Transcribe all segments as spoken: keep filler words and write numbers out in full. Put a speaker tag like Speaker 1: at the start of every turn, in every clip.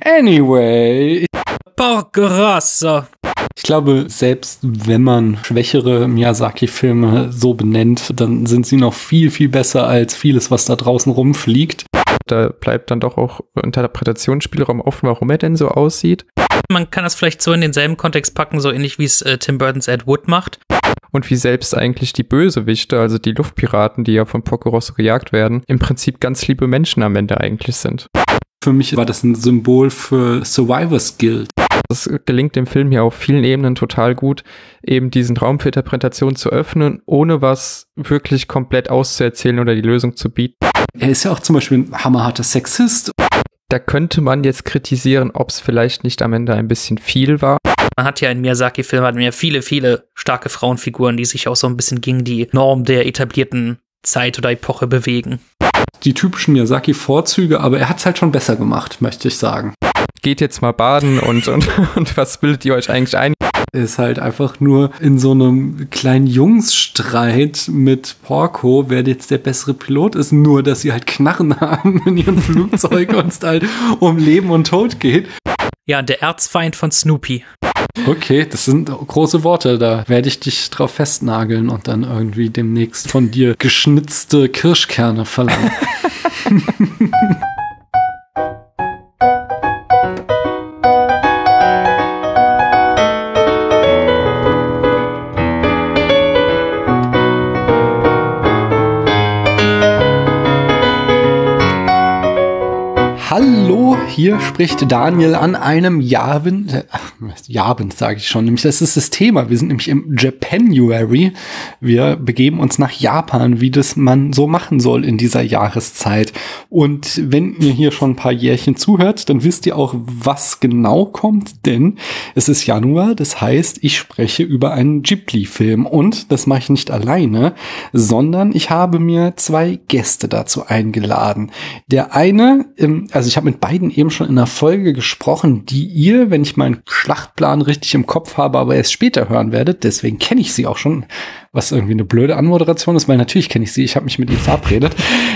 Speaker 1: Anyway.
Speaker 2: Porco
Speaker 1: Ich glaube, selbst wenn man schwächere Miyazaki-Filme so benennt, dann sind sie noch viel, viel besser als vieles, was da draußen rumfliegt.
Speaker 3: Da bleibt dann doch auch Interpretationsspielraum offen, warum er denn so aussieht.
Speaker 2: Man kann das vielleicht so in denselben Kontext packen, so ähnlich wie es äh, Tim Burtons Ed Wood macht.
Speaker 3: Und wie selbst eigentlich die Bösewichte, also die Luftpiraten, die ja von Porco Rosso gejagt werden, im Prinzip ganz liebe Menschen am Ende eigentlich sind.
Speaker 1: Für mich war das ein Symbol für Survivor's Guild.
Speaker 3: Es gelingt dem Film hier auf vielen Ebenen total gut, eben diesen Raum für Interpretation zu öffnen, ohne was wirklich komplett auszuerzählen oder die Lösung zu bieten.
Speaker 1: Er ist ja auch zum Beispiel ein hammerharter Sexist.
Speaker 3: Da könnte man jetzt kritisieren, ob es vielleicht nicht am Ende ein bisschen viel war.
Speaker 2: Man hat ja in Miyazaki-Filmen hat man ja viele, viele starke Frauenfiguren, die sich auch so ein bisschen gegen die Norm der etablierten Zeit oder Epoche bewegen.
Speaker 1: Die typischen Miyazaki-Vorzüge, aber er hat es halt schon besser gemacht, möchte ich sagen.
Speaker 3: Geht jetzt mal baden und, und, und was bildet ihr euch eigentlich ein?
Speaker 1: Ist halt einfach nur in so einem kleinen Jungsstreit mit Porco, wer jetzt der bessere Pilot ist, nur dass sie halt Knarren haben in ihrem Flugzeug und es halt um Leben und Tod geht.
Speaker 2: Ja, der Erzfeind von Snoopy.
Speaker 1: Okay, das sind große Worte, da werde ich dich drauf festnageln und dann irgendwie demnächst von dir geschnitzte Kirschkerne verlangen. Hallo, hier spricht Daniel an einem Jahrwind, äh, Jahrwind sage ich schon, nämlich das ist das Thema, wir sind nämlich im Japanuary, wir begeben uns nach Japan, wie das man so machen soll in dieser Jahreszeit und wenn ihr hier schon ein paar Jährchen zuhört, dann wisst ihr auch, was genau kommt, denn es ist Januar, das heißt, ich spreche über einen Ghibli-Film und das mache ich nicht alleine, sondern ich habe mir zwei Gäste dazu eingeladen. Der eine, ähm, also ich habe mit beiden eben schon in einer Folge gesprochen, die ihr, wenn ich meinen Schlachtplan richtig im Kopf habe, aber erst später hören werdet. Deswegen kenne ich sie auch schon, was irgendwie eine blöde Anmoderation ist, weil natürlich kenne ich sie. Ich habe mich mit ihnen verabredet.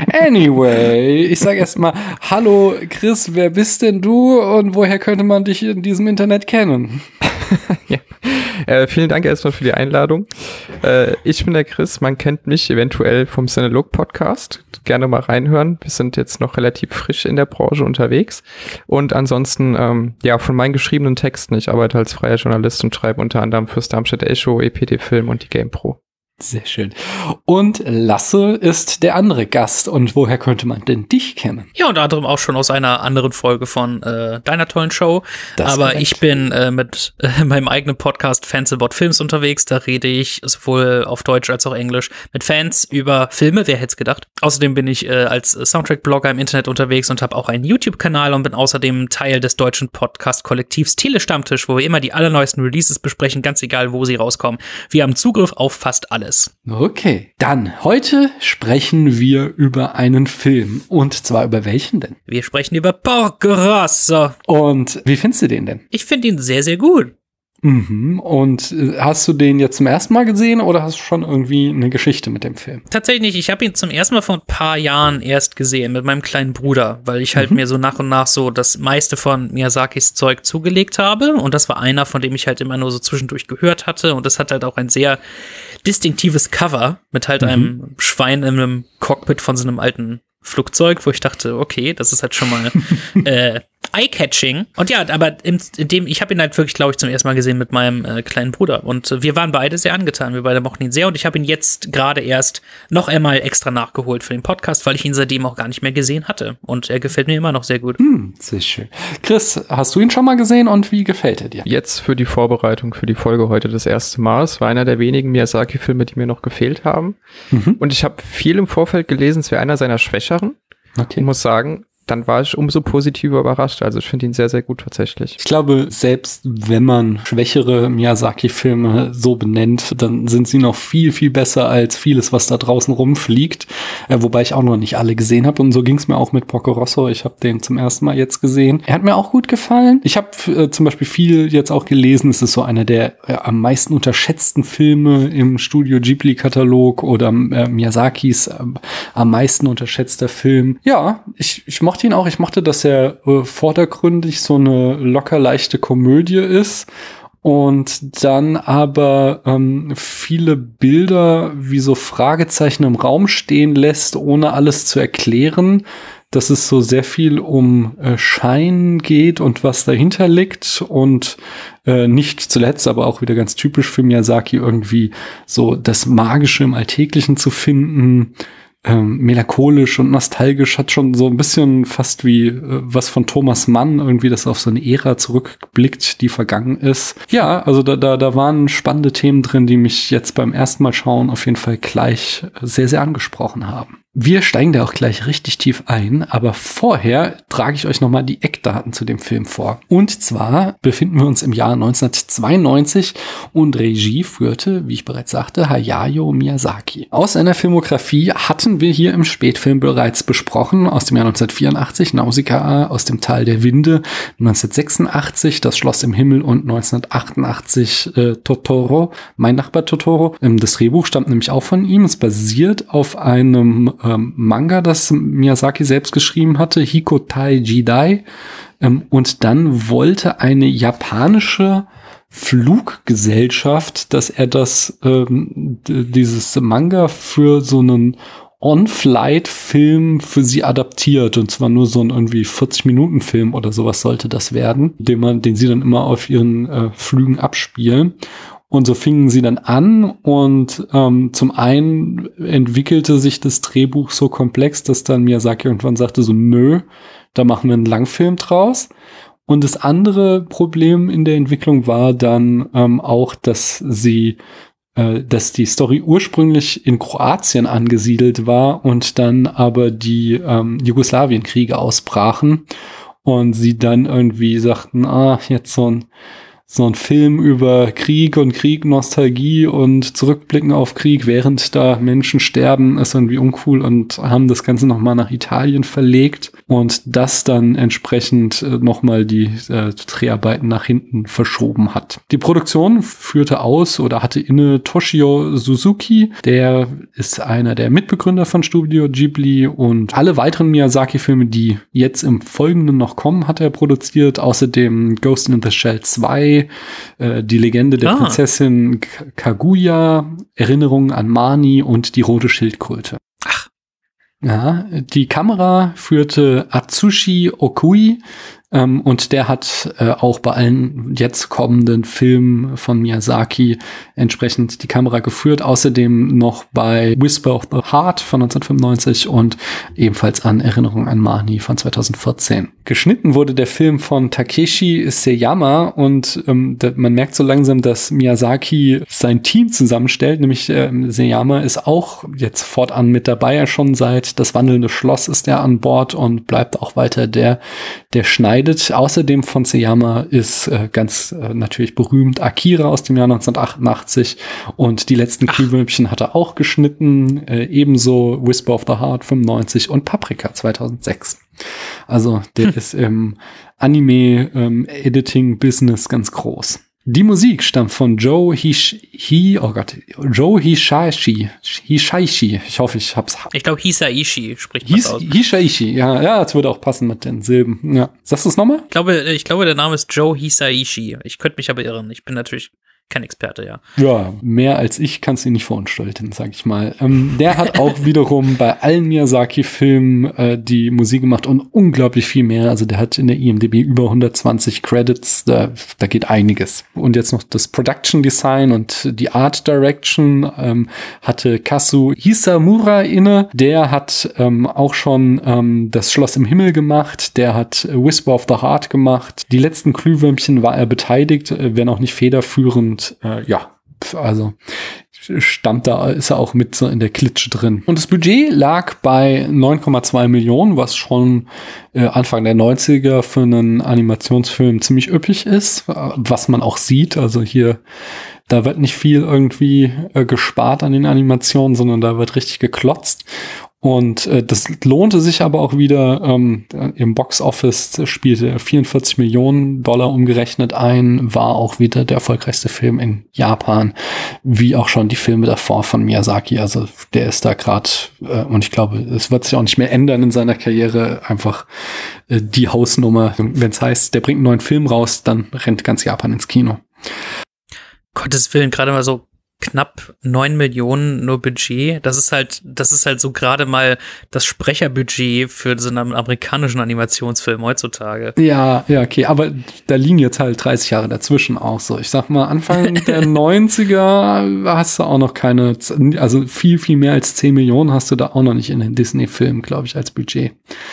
Speaker 1: Anyway, ich sage erst mal, hallo Chris, wer bist denn du und woher könnte man dich in diesem Internet kennen?
Speaker 3: Ja. Äh, vielen Dank erstmal für die Einladung. Äh, ich bin der Chris, man kennt mich eventuell vom Cinelog Podcast. Gerne mal reinhören. Wir sind jetzt noch relativ frisch in der Branche unterwegs. Und ansonsten, ähm, ja, von meinen geschriebenen Texten. Ich arbeite als freier Journalist und schreibe unter anderem fürs Darmstädter Echo, E P D Film und die GamePro.
Speaker 1: Sehr schön. Und Lasse ist der andere Gast. Und woher könnte man denn dich kennen?
Speaker 2: Ja, unter anderem auch schon aus einer anderen Folge von äh, deiner tollen Show.
Speaker 1: Das
Speaker 2: Aber
Speaker 1: korrekt.
Speaker 2: ich bin äh, mit äh, meinem eigenen Podcast Fans About Films unterwegs. Da rede ich sowohl auf Deutsch als auch Englisch mit Fans über Filme. Wer hätte es gedacht? Außerdem bin ich äh, als Soundtrack-Blogger im Internet unterwegs und habe auch einen YouTube-Kanal und bin außerdem Teil des deutschen Podcast-Kollektivs Telestammtisch, wo wir immer die allerneuesten Releases besprechen, ganz egal, wo sie rauskommen. Wir haben Zugriff auf fast alles.
Speaker 1: Okay, dann heute sprechen wir über einen Film. Und zwar über welchen denn?
Speaker 2: Wir sprechen über Porco Rosso.
Speaker 1: Und wie findest du den denn?
Speaker 2: Ich finde ihn sehr, sehr gut.
Speaker 1: Mhm. Und äh, hast du den jetzt zum ersten Mal gesehen oder hast du schon irgendwie eine Geschichte mit dem Film?
Speaker 2: Tatsächlich, ich habe ihn zum ersten Mal vor ein paar Jahren erst gesehen mit meinem kleinen Bruder, weil ich halt
Speaker 1: Mhm.
Speaker 2: mir so nach und nach so das meiste von Miyazakis Zeug zugelegt habe. Und das war einer, von dem ich halt immer nur so zwischendurch gehört hatte. Und das hat halt auch ein sehr distinktives Cover mit halt
Speaker 1: Mhm.
Speaker 2: einem Schwein in einem Cockpit von so einem alten Flugzeug, wo ich dachte, okay, das ist halt schon mal äh, eye-catching. Und ja, aber in, in dem, ich habe ihn halt wirklich, glaube ich, zum ersten Mal gesehen mit meinem äh, kleinen Bruder. Und äh, wir waren beide sehr angetan. Wir beide mochten ihn sehr. Und ich habe ihn jetzt gerade erst noch einmal extra nachgeholt für den Podcast, weil ich ihn seitdem auch gar nicht mehr gesehen hatte. Und er gefällt mir immer noch sehr gut.
Speaker 1: Hm, sehr schön. Chris, hast du ihn schon mal gesehen und wie gefällt er dir?
Speaker 3: Jetzt für die Vorbereitung für die Folge heute das erste Mal. Es war einer der wenigen Miyazaki-Filme, die mir noch gefehlt haben.
Speaker 1: Mhm.
Speaker 3: Und ich habe viel im Vorfeld gelesen, es wäre einer seiner Schwächeren.
Speaker 1: Okay.
Speaker 3: Ich muss sagen, dann war ich umso positiver überrascht. Also ich finde ihn sehr, sehr gut tatsächlich.
Speaker 1: Ich glaube, selbst wenn man schwächere Miyazaki-Filme so benennt, dann sind sie noch viel, viel besser als vieles, was da draußen rumfliegt. Äh, wobei ich auch noch nicht alle gesehen habe. Und so ging es mir auch mit Porco Rosso. Ich habe den zum ersten Mal jetzt gesehen. Er hat mir auch gut gefallen. Ich habe äh, zum Beispiel viel jetzt auch gelesen. Es ist so einer der äh, am meisten unterschätzten Filme im Studio Ghibli-Katalog oder äh, Miyazakis äh, am meisten unterschätzter Film. Ja, ich, ich mochte mochte ihn auch. Ich mochte, dass er äh, vordergründig so eine locker leichte Komödie ist und dann aber ähm, viele Bilder wie so Fragezeichen im Raum stehen lässt, ohne alles zu erklären. Dass es so sehr viel um äh, Schein geht und was dahinter liegt und äh, nicht zuletzt, aber auch wieder ganz typisch für Miyazaki, irgendwie so das Magische im Alltäglichen zu finden. Ähm, melancholisch und nostalgisch, hat schon so ein bisschen fast wie äh, was von Thomas Mann, irgendwie, das auf so eine Ära zurückblickt, die vergangen ist. Ja, also da, da, da waren spannende Themen drin, die mich jetzt beim ersten Mal schauen auf jeden Fall gleich sehr, sehr angesprochen haben. Wir steigen da auch gleich richtig tief ein, aber vorher trage ich euch nochmal die Eckdaten zu dem Film vor. Und zwar befinden wir uns im Jahr neunzehnhundertzweiundneunzig und Regie führte, wie ich bereits sagte, Hayao Miyazaki. Aus seiner Filmografie hatten wir hier im Spätfilm bereits besprochen, aus dem Jahr neunzehnhundertvierundachtzig Nausicaa, aus dem Tal der Winde, neunzehnhundertsechsundachtzig Das Schloss im Himmel und neunzehnhundertachtundachtzig äh, Totoro, Mein Nachbar Totoro. Ähm, das Drehbuch stammt nämlich auch von ihm. Es basiert auf einem Ähm, Manga, das Miyazaki selbst geschrieben hatte, Hikotai Jidai. Ähm, und dann wollte eine japanische Fluggesellschaft, dass er das ähm, d- dieses Manga für so einen On-Flight-Film für sie adaptiert. Und zwar nur so ein irgendwie vierzig-Minuten-Film oder sowas sollte das werden, den man, den sie dann immer auf ihren äh, Flügen abspielen. Und so fingen sie dann an und ähm, zum einen entwickelte sich das Drehbuch so komplex, dass dann Miyazaki irgendwann sagte so, nö, da machen wir einen Langfilm draus. Und das andere Problem in der Entwicklung war dann ähm, auch, dass sie, äh, dass die Story ursprünglich in Kroatien angesiedelt war und dann aber die ähm, Jugoslawienkriege ausbrachen und sie dann irgendwie sagten, ah, jetzt so ein So ein Film über Krieg und Krieg-Nostalgie und Zurückblicken auf Krieg, während da Menschen sterben, ist irgendwie uncool und haben das Ganze nochmal nach Italien verlegt und das dann entsprechend äh, nochmal die äh, Dreharbeiten nach hinten verschoben hat. Die Produktion führte aus oder hatte inne Toshio Suzuki, der ist einer der Mitbegründer von Studio Ghibli und alle weiteren Miyazaki-Filme, die jetzt im Folgenden noch kommen, hat er produziert. Außerdem Ghost in the Shell zwei, äh, die Legende der
Speaker 2: ah.
Speaker 1: Prinzessin K- Kaguya, Erinnerungen an Mani und die rote Schildkröte.
Speaker 2: Ach.
Speaker 1: Ja, die Kamera führte Atsushi Okui. Ähm, und der hat äh, auch bei allen jetzt kommenden Filmen von Miyazaki entsprechend die Kamera geführt. Außerdem noch bei Whisper of the Heart von neunzehnhundertfünfundneunzig und ebenfalls an Erinnerung an Mani von zweitausendvierzehn. Geschnitten wurde der Film von Takeshi Seyama und ähm, da, man merkt so langsam, dass Miyazaki sein Team zusammenstellt. Nämlich äh, Seyama ist auch jetzt fortan mit dabei. Er schon seit Das wandelnde Schloss ist er an Bord und bleibt auch weiter der, der Schneider. Außerdem von Seyama ist äh, ganz äh, natürlich berühmt Akira aus dem Jahr neunzehnhundertachtundachtzig und die letzten Glühwürmchen hat er auch geschnitten, äh, ebenso Whisper of the Heart fünfundneunzig und Paprika zweitausendsechs. Also der ist im Anime-Editing-Business ähm, ganz groß. Die Musik stammt von Joe Hish, Hi, oh Gott, Joe Hisaishi, Hisaishi. Ich hoffe, ich hab's.
Speaker 2: Ich glaube, Hisaishi spricht man
Speaker 1: His,
Speaker 2: aus.
Speaker 1: Hisaishi, ja, ja, das würde auch passen mit den Silben. Ja. Sagst du es nochmal?
Speaker 2: Ich glaube, ich glaube, der Name ist Joe Hisaishi. Ich könnte mich aber irren. Ich bin natürlich kein Experte, ja.
Speaker 1: Ja, mehr als ich kannst du ihn nicht verunstalten, sag ich mal. Ähm, der hat auch wiederum bei allen Miyazaki-Filmen äh, die Musik gemacht und unglaublich viel mehr. Also der hat in der I M D B über hundertzwanzig Credits, da, da geht einiges. Und jetzt noch das Production Design und die Art Direction ähm, hatte Kazu Hisamura inne. Der hat ähm, auch schon ähm, das Schloss im Himmel gemacht. Der hat Whisper of the Heart gemacht. Die letzten Glühwürmchen war er beteiligt, äh, wenn auch nicht federführend. Äh, ja, also stammt da, ist er auch mit so in der Klitsche drin. Und das Budget lag bei neun Komma zwei Millionen, was schon äh, Anfang der neunziger für einen Animationsfilm ziemlich üppig ist, äh, was man auch sieht. Also hier, da wird nicht viel irgendwie äh, gespart an den Animationen, sondern da wird richtig geklotzt. Und äh, das lohnte sich aber auch wieder. Ähm, im Box-Office spielte vierundvierzig Millionen Dollar umgerechnet ein, war auch wieder der erfolgreichste Film in Japan, wie auch schon die Filme davor von Miyazaki. Also der ist da gerade, äh, und ich glaube, es wird sich auch nicht mehr ändern in seiner Karriere, einfach äh, die Hausnummer. Wenn es heißt, der bringt einen neuen Film raus, dann rennt ganz Japan ins Kino.
Speaker 2: Gottes Willen, gerade mal so knapp neun Millionen nur Budget. Das ist halt, das ist halt so gerade mal das Sprecherbudget für so einen amerikanischen Animationsfilm heutzutage.
Speaker 1: Ja, ja, okay, aber da liegen jetzt halt dreißig Jahre dazwischen auch so. Ich sag mal, Anfang der neunziger hast du auch noch keine, also viel, viel mehr als zehn Millionen hast du da auch noch nicht in den Disney-Filmen, glaube ich, als Budget.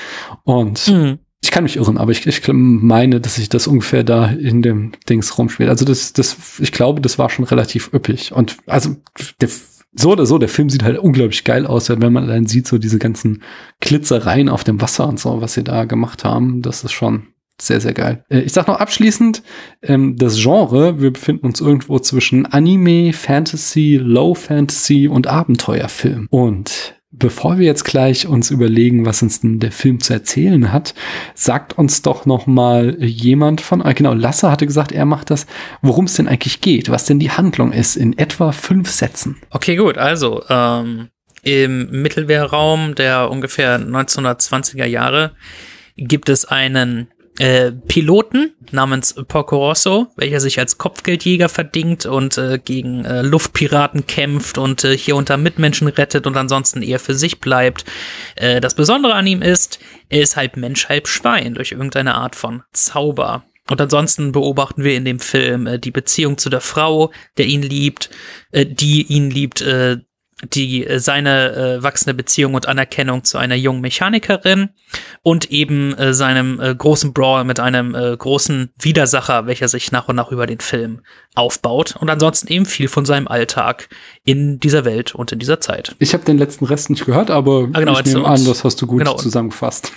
Speaker 1: Und mhm. Ich kann mich irren, aber ich, ich meine, dass sich das ungefähr da in dem Dings rumspielt. Also das, das, ich glaube, das war schon relativ üppig. Und also der, so oder so, der Film sieht halt unglaublich geil aus, wenn man dann sieht, so diese ganzen Glitzereien auf dem Wasser und so, was sie da gemacht haben. Das ist schon sehr, sehr geil. Ich sag noch abschließend, ähm, das Genre, wir befinden uns irgendwo zwischen Anime, Fantasy, Low Fantasy und Abenteuerfilm. Und bevor wir jetzt gleich uns überlegen, was uns denn der Film zu erzählen hat, sagt uns doch noch mal jemand von euch, genau, Lasse hatte gesagt, er macht das, worum es denn eigentlich geht, was denn die Handlung ist, in etwa fünf Sätzen.
Speaker 2: Okay, gut, also ähm, im Mittelmeerraum der ungefähr neunzehnhundertzwanziger Jahre gibt es einen Äh, Piloten namens Porco Rosso, welcher sich als Kopfgeldjäger verdingt und äh, gegen äh, Luftpiraten kämpft und äh, hier unter Mitmenschen rettet und ansonsten eher für sich bleibt. Äh, das Besondere an ihm ist, er ist halb Mensch, halb Schwein durch irgendeine Art von Zauber. Und ansonsten beobachten wir in dem Film äh, die Beziehung zu der Frau, der ihn liebt, äh, die ihn liebt, äh, die äh, seine äh, wachsende Beziehung und Anerkennung zu einer jungen Mechanikerin und eben äh, seinem äh, großen Brawl mit einem äh, großen Widersacher, welcher sich nach und nach über den Film aufbaut und ansonsten eben viel von seinem Alltag in dieser Welt und in dieser Zeit.
Speaker 1: Ich habe den letzten Rest nicht gehört, aber
Speaker 2: ah, genau,
Speaker 1: ich nehme an, das hast du gut genau. zusammengefasst.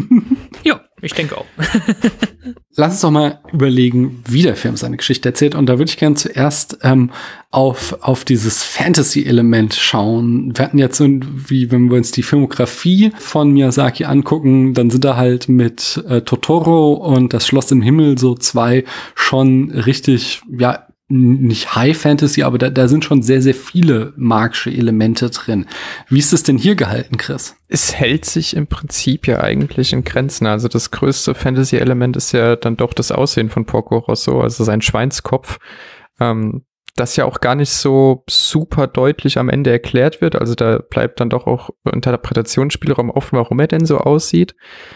Speaker 2: Ja, ich denke auch.
Speaker 1: Lass uns doch mal überlegen, wie der Film seine Geschichte erzählt. Und da würde ich gerne zuerst ähm, auf, auf dieses Fantasy-Element schauen. Wir hatten jetzt so, wie wenn wir uns die Filmografie von Miyazaki angucken, dann sind da halt mit äh, Totoro und Das Schloss im Himmel so zwei schon richtig, ja, nicht High Fantasy, aber da, da sind schon sehr, sehr viele magische Elemente drin. Wie ist es denn hier gehalten, Chris?
Speaker 3: Es hält sich im Prinzip ja eigentlich in Grenzen. Also das größte Fantasy-Element ist ja dann doch das Aussehen von Porco Rosso, also sein Schweinskopf, ähm, das ja auch gar nicht so super deutlich am Ende erklärt wird. Also da bleibt dann doch auch Interpretationsspielraum offen, warum er denn so aussieht.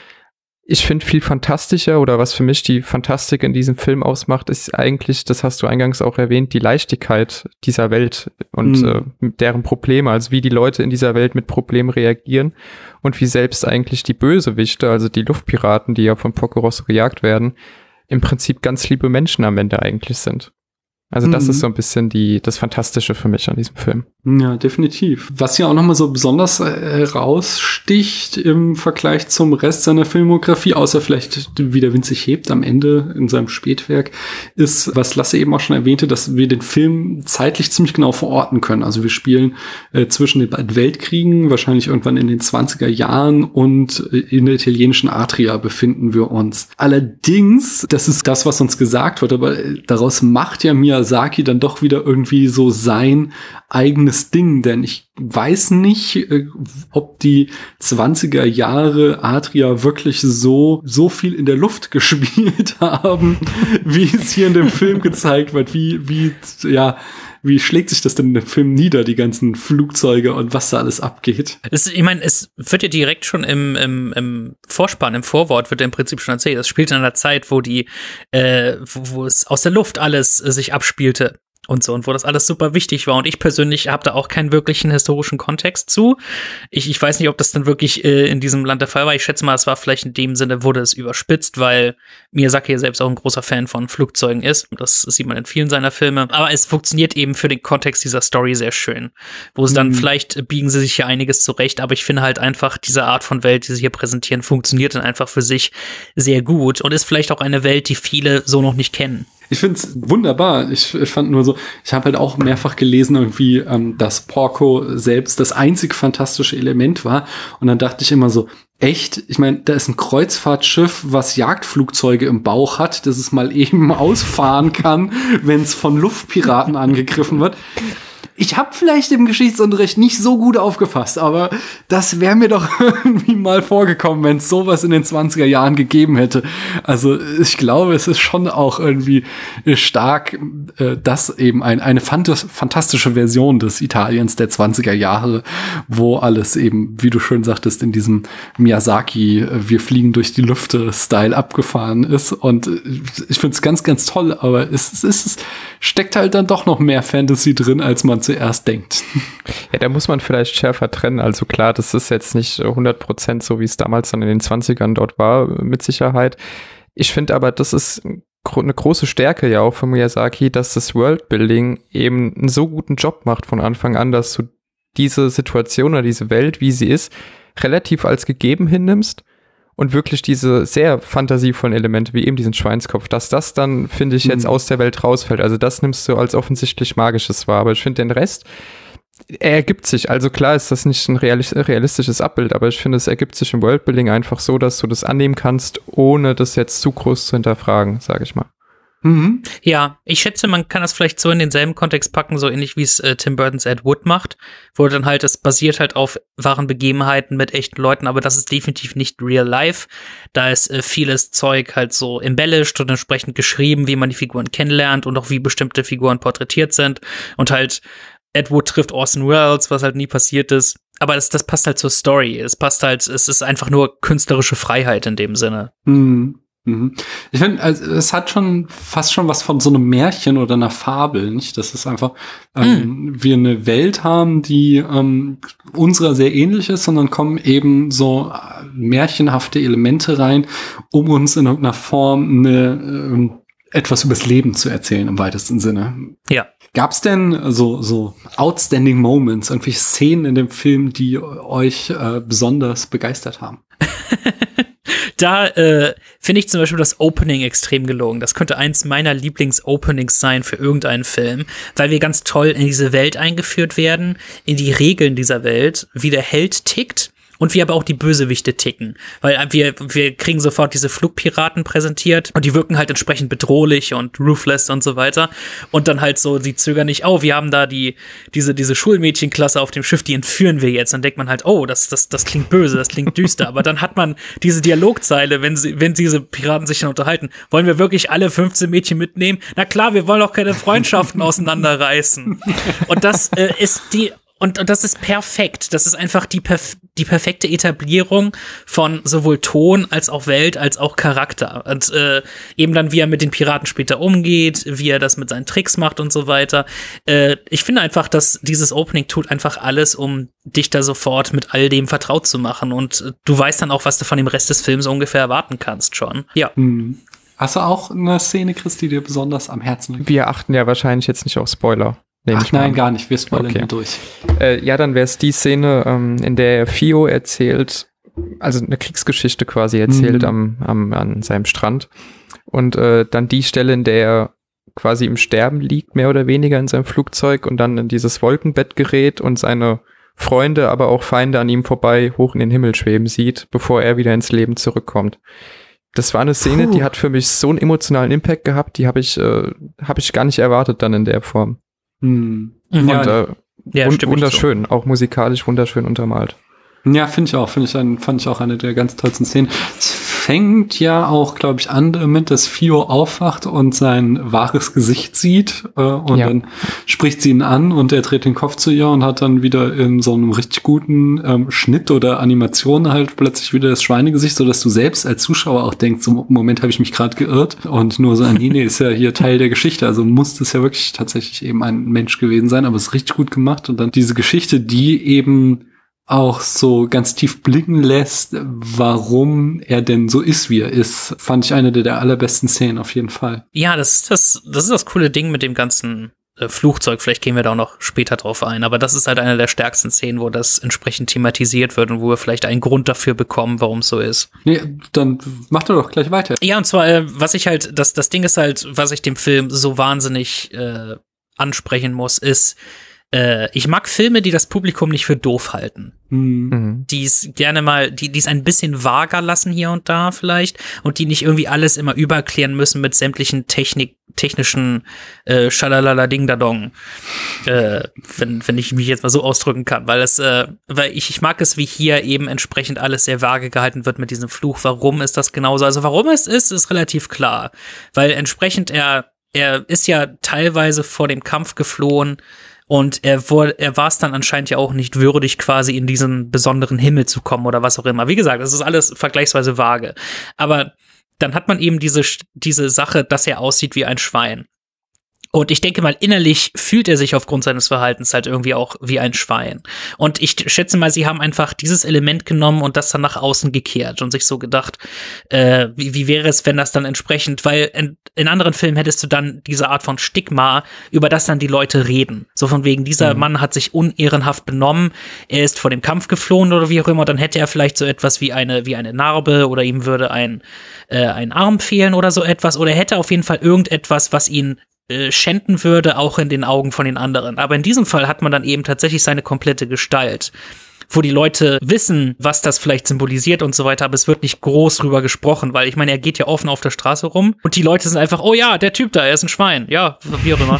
Speaker 3: Ich finde viel fantastischer oder was für mich die Fantastik in diesem Film ausmacht, ist eigentlich, das hast du eingangs auch erwähnt, die Leichtigkeit dieser Welt und mhm. äh, deren Probleme, also wie die Leute in dieser Welt mit Problemen reagieren und wie selbst eigentlich die Bösewichte, also die Luftpiraten, die ja von Porco Rosso gejagt werden, im Prinzip ganz liebe Menschen am Ende eigentlich sind. Also das mhm. ist so ein bisschen die das Fantastische für mich an diesem Film.
Speaker 1: Ja, definitiv. Was ja auch nochmal so besonders heraussticht äh, im Vergleich zum Rest seiner Filmografie, außer vielleicht wie der Wind sich hebt am Ende in seinem Spätwerk, ist, was Lasse eben auch schon erwähnte, dass wir den Film zeitlich ziemlich genau verorten können. Also wir spielen äh, zwischen den beiden Weltkriegen, wahrscheinlich irgendwann in den zwanziger Jahren und äh, in der italienischen Adria befinden wir uns. Allerdings, das ist das, was uns gesagt wird, aber daraus macht ja Miyazaki dann doch wieder irgendwie so sein eigenes Ding, denn ich weiß nicht, äh, ob die zwanziger Jahre Adria wirklich so so viel in der Luft gespielt haben, wie es hier in dem Film gezeigt wird. Wie wie ja Wie schlägt sich das denn in dem Film nieder, die ganzen Flugzeuge und was da alles abgeht?
Speaker 2: Es, ich meine, es wird ja direkt schon im, im, im Vorspann, im Vorwort wird ja im Prinzip schon erzählt. Es spielt in einer Zeit, wo die, äh, wo, wo es aus der Luft alles äh, sich abspielte. Und so, und wo das alles super wichtig war. Und ich persönlich habe da auch keinen wirklichen historischen Kontext zu. Ich, ich weiß nicht, ob das dann wirklich äh, in diesem Land der Fall war. Ich schätze mal, es war vielleicht in dem Sinne, wurde es überspitzt, weil Miyazaki ja selbst auch ein großer Fan von Flugzeugen ist. Das sieht man in vielen seiner Filme. Aber es funktioniert eben für den Kontext dieser Story sehr schön. Wo es mhm. dann, vielleicht biegen sie sich hier einiges zurecht, aber ich finde halt einfach, diese Art von Welt, die sie hier präsentieren, funktioniert dann einfach für sich sehr gut und ist vielleicht auch eine Welt, die viele so noch nicht kennen.
Speaker 1: Ich finde es wunderbar. Ich, ich fand nur so, ich habe halt auch mehrfach gelesen, irgendwie, ähm, dass Porco selbst das einzig fantastische Element war. Und dann dachte ich immer so, echt? Ich meine, da ist ein Kreuzfahrtschiff, was Jagdflugzeuge im Bauch hat, dass es mal eben ausfahren kann, wenn es von Luftpiraten angegriffen wird. Ich habe vielleicht im Geschichtsunterricht nicht so gut aufgefasst, aber das wäre mir doch irgendwie mal vorgekommen, wenn es sowas in den zwanziger Jahren gegeben hätte. Also ich glaube, es ist schon auch irgendwie stark, äh, dass eben ein, eine fantas- fantastische Version des Italiens der zwanziger Jahre, wo alles eben, wie du schön sagtest, in diesem Miyazaki, äh, wir fliegen durch die Lüfte-Style abgefahren ist. Und äh, ich finde es ganz, ganz toll, aber es, es, es steckt halt dann doch noch mehr Fantasy drin, als man zuerst denkt.
Speaker 3: Ja, da muss man vielleicht schärfer trennen. Also klar, das ist jetzt nicht hundert Prozent so, wie es damals dann in den zwanzigern dort war, mit Sicherheit. Ich finde aber, das ist eine große Stärke ja auch von Miyazaki, dass das Worldbuilding eben einen so guten Job macht von Anfang an, dass du diese Situation oder diese Welt, wie sie ist, relativ als gegeben hinnimmst. Und wirklich diese sehr fantasievollen Elemente, wie eben diesen Schweinskopf, dass das dann, finde ich, jetzt mhm. aus der Welt rausfällt. Also das nimmst du als offensichtlich Magisches wahr. Aber ich finde den Rest, er ergibt sich. Also klar ist das nicht ein realistisches Abbild, aber ich finde, es ergibt sich im Worldbuilding einfach so, dass du das annehmen kannst, ohne das jetzt zu groß zu hinterfragen, sage ich mal.
Speaker 2: Mhm. Ja, ich schätze, man kann das vielleicht so in denselben Kontext packen, so ähnlich wie es äh, Tim Burton's Ed Wood macht, wo dann halt, es basiert halt auf wahren Begebenheiten mit echten Leuten, aber das ist definitiv nicht real life. Da ist äh, vieles Zeug halt so embellished und entsprechend geschrieben, wie man die Figuren kennenlernt und auch wie bestimmte Figuren porträtiert sind. Und halt Ed Wood trifft Orson Welles, was halt nie passiert ist. Aber das, das passt halt zur Story. Es passt halt, es ist einfach nur künstlerische Freiheit in dem Sinne.
Speaker 1: Mhm. Ich finde, also, es hat schon fast schon was von so einem Märchen oder einer Fabel, nicht? Dass es einfach ähm, mm. wir eine Welt haben, die ähm, unserer sehr ähnlich ist, und dann kommen eben so märchenhafte Elemente rein, um uns in irgendeiner Form eine, ähm, etwas übers Leben zu erzählen, im weitesten Sinne.
Speaker 2: Ja.
Speaker 1: Gab's denn so so outstanding Moments, irgendwelche Szenen in dem Film, die euch äh, besonders begeistert haben?
Speaker 2: Da äh, finde ich zum Beispiel das Opening extrem gelungen. Das könnte eins meiner Lieblings-Openings sein für irgendeinen Film, weil wir ganz toll in diese Welt eingeführt werden, in die Regeln dieser Welt, wie der Held tickt. Und wie aber auch die Bösewichte ticken. Weil wir, wir kriegen sofort diese Flugpiraten präsentiert und die wirken halt entsprechend bedrohlich und ruthless und so weiter. Und dann halt so, sie zögern nicht, oh, wir haben da die, diese, diese Schulmädchenklasse auf dem Schiff, die entführen wir jetzt. Dann denkt man halt, oh, das, das, das klingt böse, das klingt düster. Aber dann hat man diese Dialogzeile, wenn sie, wenn diese Piraten sich dann unterhalten. Wollen wir wirklich alle fünfzehn Mädchen mitnehmen? Na klar, wir wollen auch keine Freundschaften auseinanderreißen. Und das äh, ist die, Und, und das ist perfekt. Das ist einfach die, perf- die perfekte Etablierung von sowohl Ton als auch Welt als auch Charakter. Und äh, eben dann, wie er mit den Piraten später umgeht, wie er das mit seinen Tricks macht und so weiter. Äh, ich finde einfach, dass dieses Opening tut einfach alles, um dich da sofort mit all dem vertraut zu machen. Und äh, du weißt dann auch, was du von dem Rest des Films ungefähr erwarten kannst schon. Ja.
Speaker 1: Hm. Hast du auch eine Szene, Chris, die dir besonders am Herzen liegt?
Speaker 3: Wir achten ja wahrscheinlich jetzt nicht auf Spoiler.
Speaker 1: Ach nein, gar nicht. Wir spoilern
Speaker 3: okay.
Speaker 1: hier durch.
Speaker 3: Äh, ja, dann wäre es die Szene, ähm, in der Fio erzählt, also eine Kriegsgeschichte quasi erzählt mhm. am, am, an seinem Strand. Und äh, dann die Stelle, in der er quasi im Sterben liegt, mehr oder weniger in seinem Flugzeug und dann in dieses Wolkenbett gerät und seine Freunde, aber auch Feinde an ihm vorbei hoch in den Himmel schweben sieht, bevor er wieder ins Leben zurückkommt. Das war eine Szene, Puh. die hat für mich so einen emotionalen Impact gehabt, die habe ich, äh, hab ich gar nicht erwartet dann in der Form.
Speaker 1: Hm.
Speaker 3: Und
Speaker 1: Ja,
Speaker 3: äh,
Speaker 2: Ja,
Speaker 3: wund-
Speaker 2: stimmt
Speaker 3: wunderschön, auch musikalisch wunderschön untermalt.
Speaker 1: ja finde ich auch. Finde ich ein, fand ich auch eine der ganz tollsten Szenen. Es fängt ja auch, glaube ich, an damit, dass Fio aufwacht und sein wahres Gesicht sieht. Äh, und
Speaker 3: Ja.
Speaker 1: dann spricht sie ihn an und er dreht den Kopf zu ihr und hat dann wieder in so einem richtig guten ähm, Schnitt oder Animation halt plötzlich wieder das Schweinegesicht, sodass du selbst als Zuschauer auch denkst, so im Moment habe ich mich gerade geirrt. Und nur so, nee, nee, ist ja hier Teil der Geschichte. Also muss das ja wirklich tatsächlich eben ein Mensch gewesen sein, aber es ist richtig gut gemacht. Und dann diese Geschichte, die eben auch so ganz tief blicken lässt, warum er denn so ist, wie er ist, fand ich eine der, der allerbesten Szenen auf jeden Fall.
Speaker 2: Ja, das ist das, das ist das coole Ding mit dem ganzen äh, Flugzeug, vielleicht gehen wir da auch noch später drauf ein, aber das ist halt eine der stärksten Szenen, wo das entsprechend thematisiert wird und wo wir vielleicht einen Grund dafür bekommen, warum es so ist.
Speaker 1: Nee, dann mach doch gleich weiter.
Speaker 2: Ja, und zwar, äh, was ich halt, das, das Ding ist halt, was ich dem Film so wahnsinnig äh, ansprechen muss, ist, äh, ich mag Filme, die das Publikum nicht für doof halten.
Speaker 1: Mhm.
Speaker 2: Die es gerne mal, die die es ein bisschen vager lassen hier und da vielleicht und die nicht irgendwie alles immer überklären müssen mit sämtlichen Technik, technischen äh, Schalalala Ding da Dong. Äh, wenn, wenn ich mich jetzt mal so ausdrücken kann, weil es, äh, weil ich, ich mag es, wie hier eben entsprechend alles sehr vage gehalten wird mit diesem Fluch. Warum ist das genauso? Also warum es ist, ist relativ klar. Weil entsprechend er, er ist ja teilweise vor dem Kampf geflohen. Und er, wurde, er war es dann anscheinend ja auch nicht würdig, quasi in diesen besonderen Himmel zu kommen oder was auch immer. Wie gesagt, das ist alles vergleichsweise vage. Aber dann hat man eben diese, diese Sache, dass er aussieht wie ein Schwein. Und ich denke mal, innerlich fühlt er sich aufgrund seines Verhaltens halt irgendwie auch wie ein Schwein. Und ich schätze mal, sie haben einfach dieses Element genommen und das dann nach außen gekehrt und sich so gedacht, äh, wie, wie wäre es, wenn das dann entsprechend, weil in, in anderen Filmen hättest du dann diese Art von Stigma, über das dann die Leute reden. So von wegen, dieser mhm. Mann hat sich unehrenhaft benommen, er ist vor dem Kampf geflohen oder wie auch immer, dann hätte er vielleicht so etwas wie eine, wie eine Narbe oder ihm würde ein, äh, ein Arm fehlen oder so etwas oder er hätte auf jeden Fall irgendetwas, was ihn schänden würde, auch in den Augen von den anderen. Aber in diesem Fall hat man dann eben tatsächlich seine komplette Gestalt, wo die Leute wissen, was das vielleicht symbolisiert und so weiter, aber es wird nicht groß drüber gesprochen, weil ich meine, er geht ja offen auf der Straße rum und die Leute sind einfach, oh ja, der Typ da, er ist ein Schwein. Ja, wie auch immer.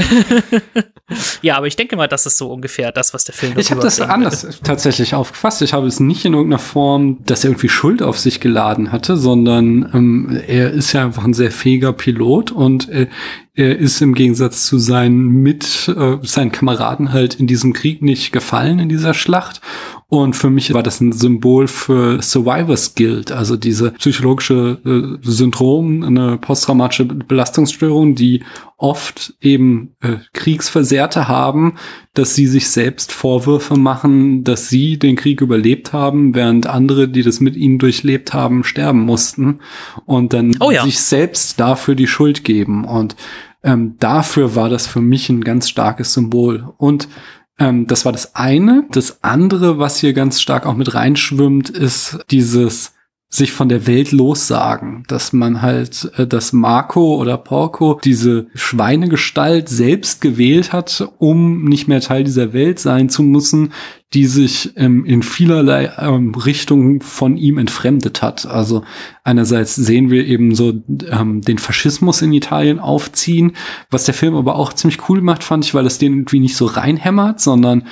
Speaker 2: Ja, aber ich denke mal, das ist so ungefähr das, was der Film
Speaker 1: Ich habe das anders will. tatsächlich aufgefasst. Ich habe es nicht in irgendeiner Form, dass er irgendwie Schuld auf sich geladen hatte, sondern ähm, er ist ja einfach ein sehr fähiger Pilot und äh, er ist im Gegensatz zu seinen mit äh, seinen Kameraden halt in diesem Krieg nicht gefallen in dieser Schlacht. Und für mich war das ein Symbol für Survivor's Guilt, also diese psychologische äh, Syndrom, eine posttraumatische Belastungsstörung, die oft eben äh, Kriegsversehrte haben, dass sie sich selbst Vorwürfe machen, dass sie den Krieg überlebt haben, während andere, die das mit ihnen durchlebt haben, sterben mussten und dann
Speaker 2: oh ja.
Speaker 1: sich selbst dafür die Schuld geben. Und ähm, dafür war das für mich ein ganz starkes Symbol. Und Ähm, das war das eine. Das andere, was hier ganz stark auch mit reinschwimmt, ist dieses sich von der Welt lossagen, dass man halt, äh, dass Marco oder Porco diese Schweinegestalt selbst gewählt hat, um nicht mehr Teil dieser Welt sein zu müssen, die sich ähm, in vielerlei ähm, Richtungen von ihm entfremdet hat. Also einerseits sehen wir eben so ähm, den Faschismus in Italien aufziehen, was der Film aber auch ziemlich cool macht, fand ich, weil es den irgendwie nicht so reinhämmert, sondern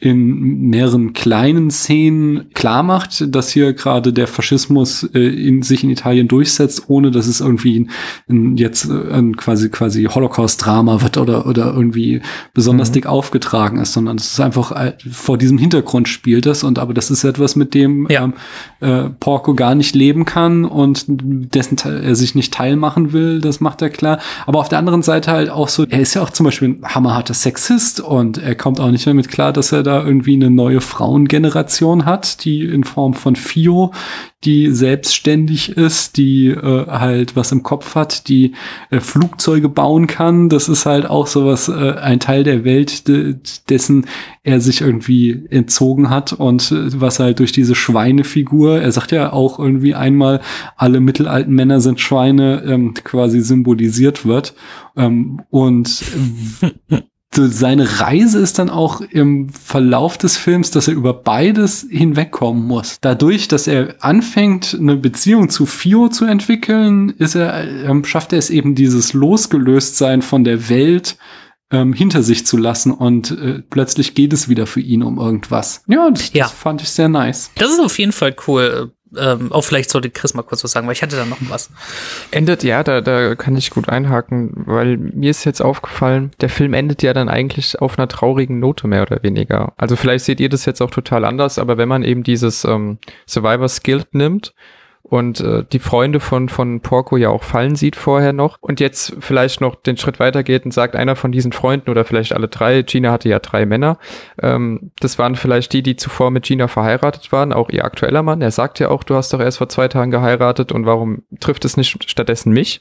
Speaker 1: in mehreren kleinen Szenen klar macht, dass hier gerade der Faschismus äh, in, sich in Italien durchsetzt, ohne dass es irgendwie ein, ein, jetzt ein quasi quasi Holocaust-Drama wird oder oder irgendwie besonders mhm. dick aufgetragen ist, sondern es ist einfach äh, vor diesem Hintergrund spielt es und aber das ist etwas, mit dem
Speaker 2: ja.
Speaker 1: ähm, äh, Porco gar nicht leben kann und dessen er sich nicht teilmachen will, das macht er klar. Aber auf der anderen Seite halt auch so, er ist ja auch zum Beispiel ein hammerharter Sexist und er kommt auch nicht damit klar, dass er da irgendwie eine neue Frauengeneration hat, die in Form von Fio, die selbstständig ist, die äh, halt was im Kopf hat, die äh, Flugzeuge bauen kann. Das ist halt auch sowas, äh, ein Teil der Welt, de- dessen er sich irgendwie entzogen hat und äh, was halt durch diese Schweinefigur, er sagt ja auch irgendwie einmal, alle mittelalten Männer sind Schweine, ähm, quasi symbolisiert wird. Ähm, und äh, seine Reise ist dann auch im Verlauf des Films, dass er über beides hinwegkommen muss. Dadurch, dass er anfängt, eine Beziehung zu Fio zu entwickeln, ist er, ähm, schafft er es eben, dieses Losgelöstsein von der Welt ähm, hinter sich zu lassen und äh, plötzlich geht es wieder für ihn um irgendwas. Ja, das,
Speaker 2: ja.
Speaker 1: das fand ich sehr nice.
Speaker 2: Das ist auf jeden Fall cool. Ähm, auch vielleicht sollte Chris mal kurz was sagen, weil ich hatte da noch was.
Speaker 3: Endet, ja, da, da kann ich gut einhaken, weil mir ist jetzt aufgefallen, der Film endet ja dann eigentlich auf einer traurigen Note, mehr oder weniger. Also vielleicht seht ihr das jetzt auch total anders, aber wenn man eben dieses ähm, Survivor's Guilt nimmt und äh, die Freunde von von Porco ja auch fallen sieht vorher noch und jetzt vielleicht noch den Schritt weitergeht und sagt, einer von diesen Freunden oder vielleicht alle drei, Gina hatte ja drei Männer, ähm, das waren vielleicht die, die zuvor mit Gina verheiratet waren, auch ihr aktueller Mann. Er sagt ja auch, du hast doch erst vor zwei Tagen geheiratet und warum trifft es nicht stattdessen mich?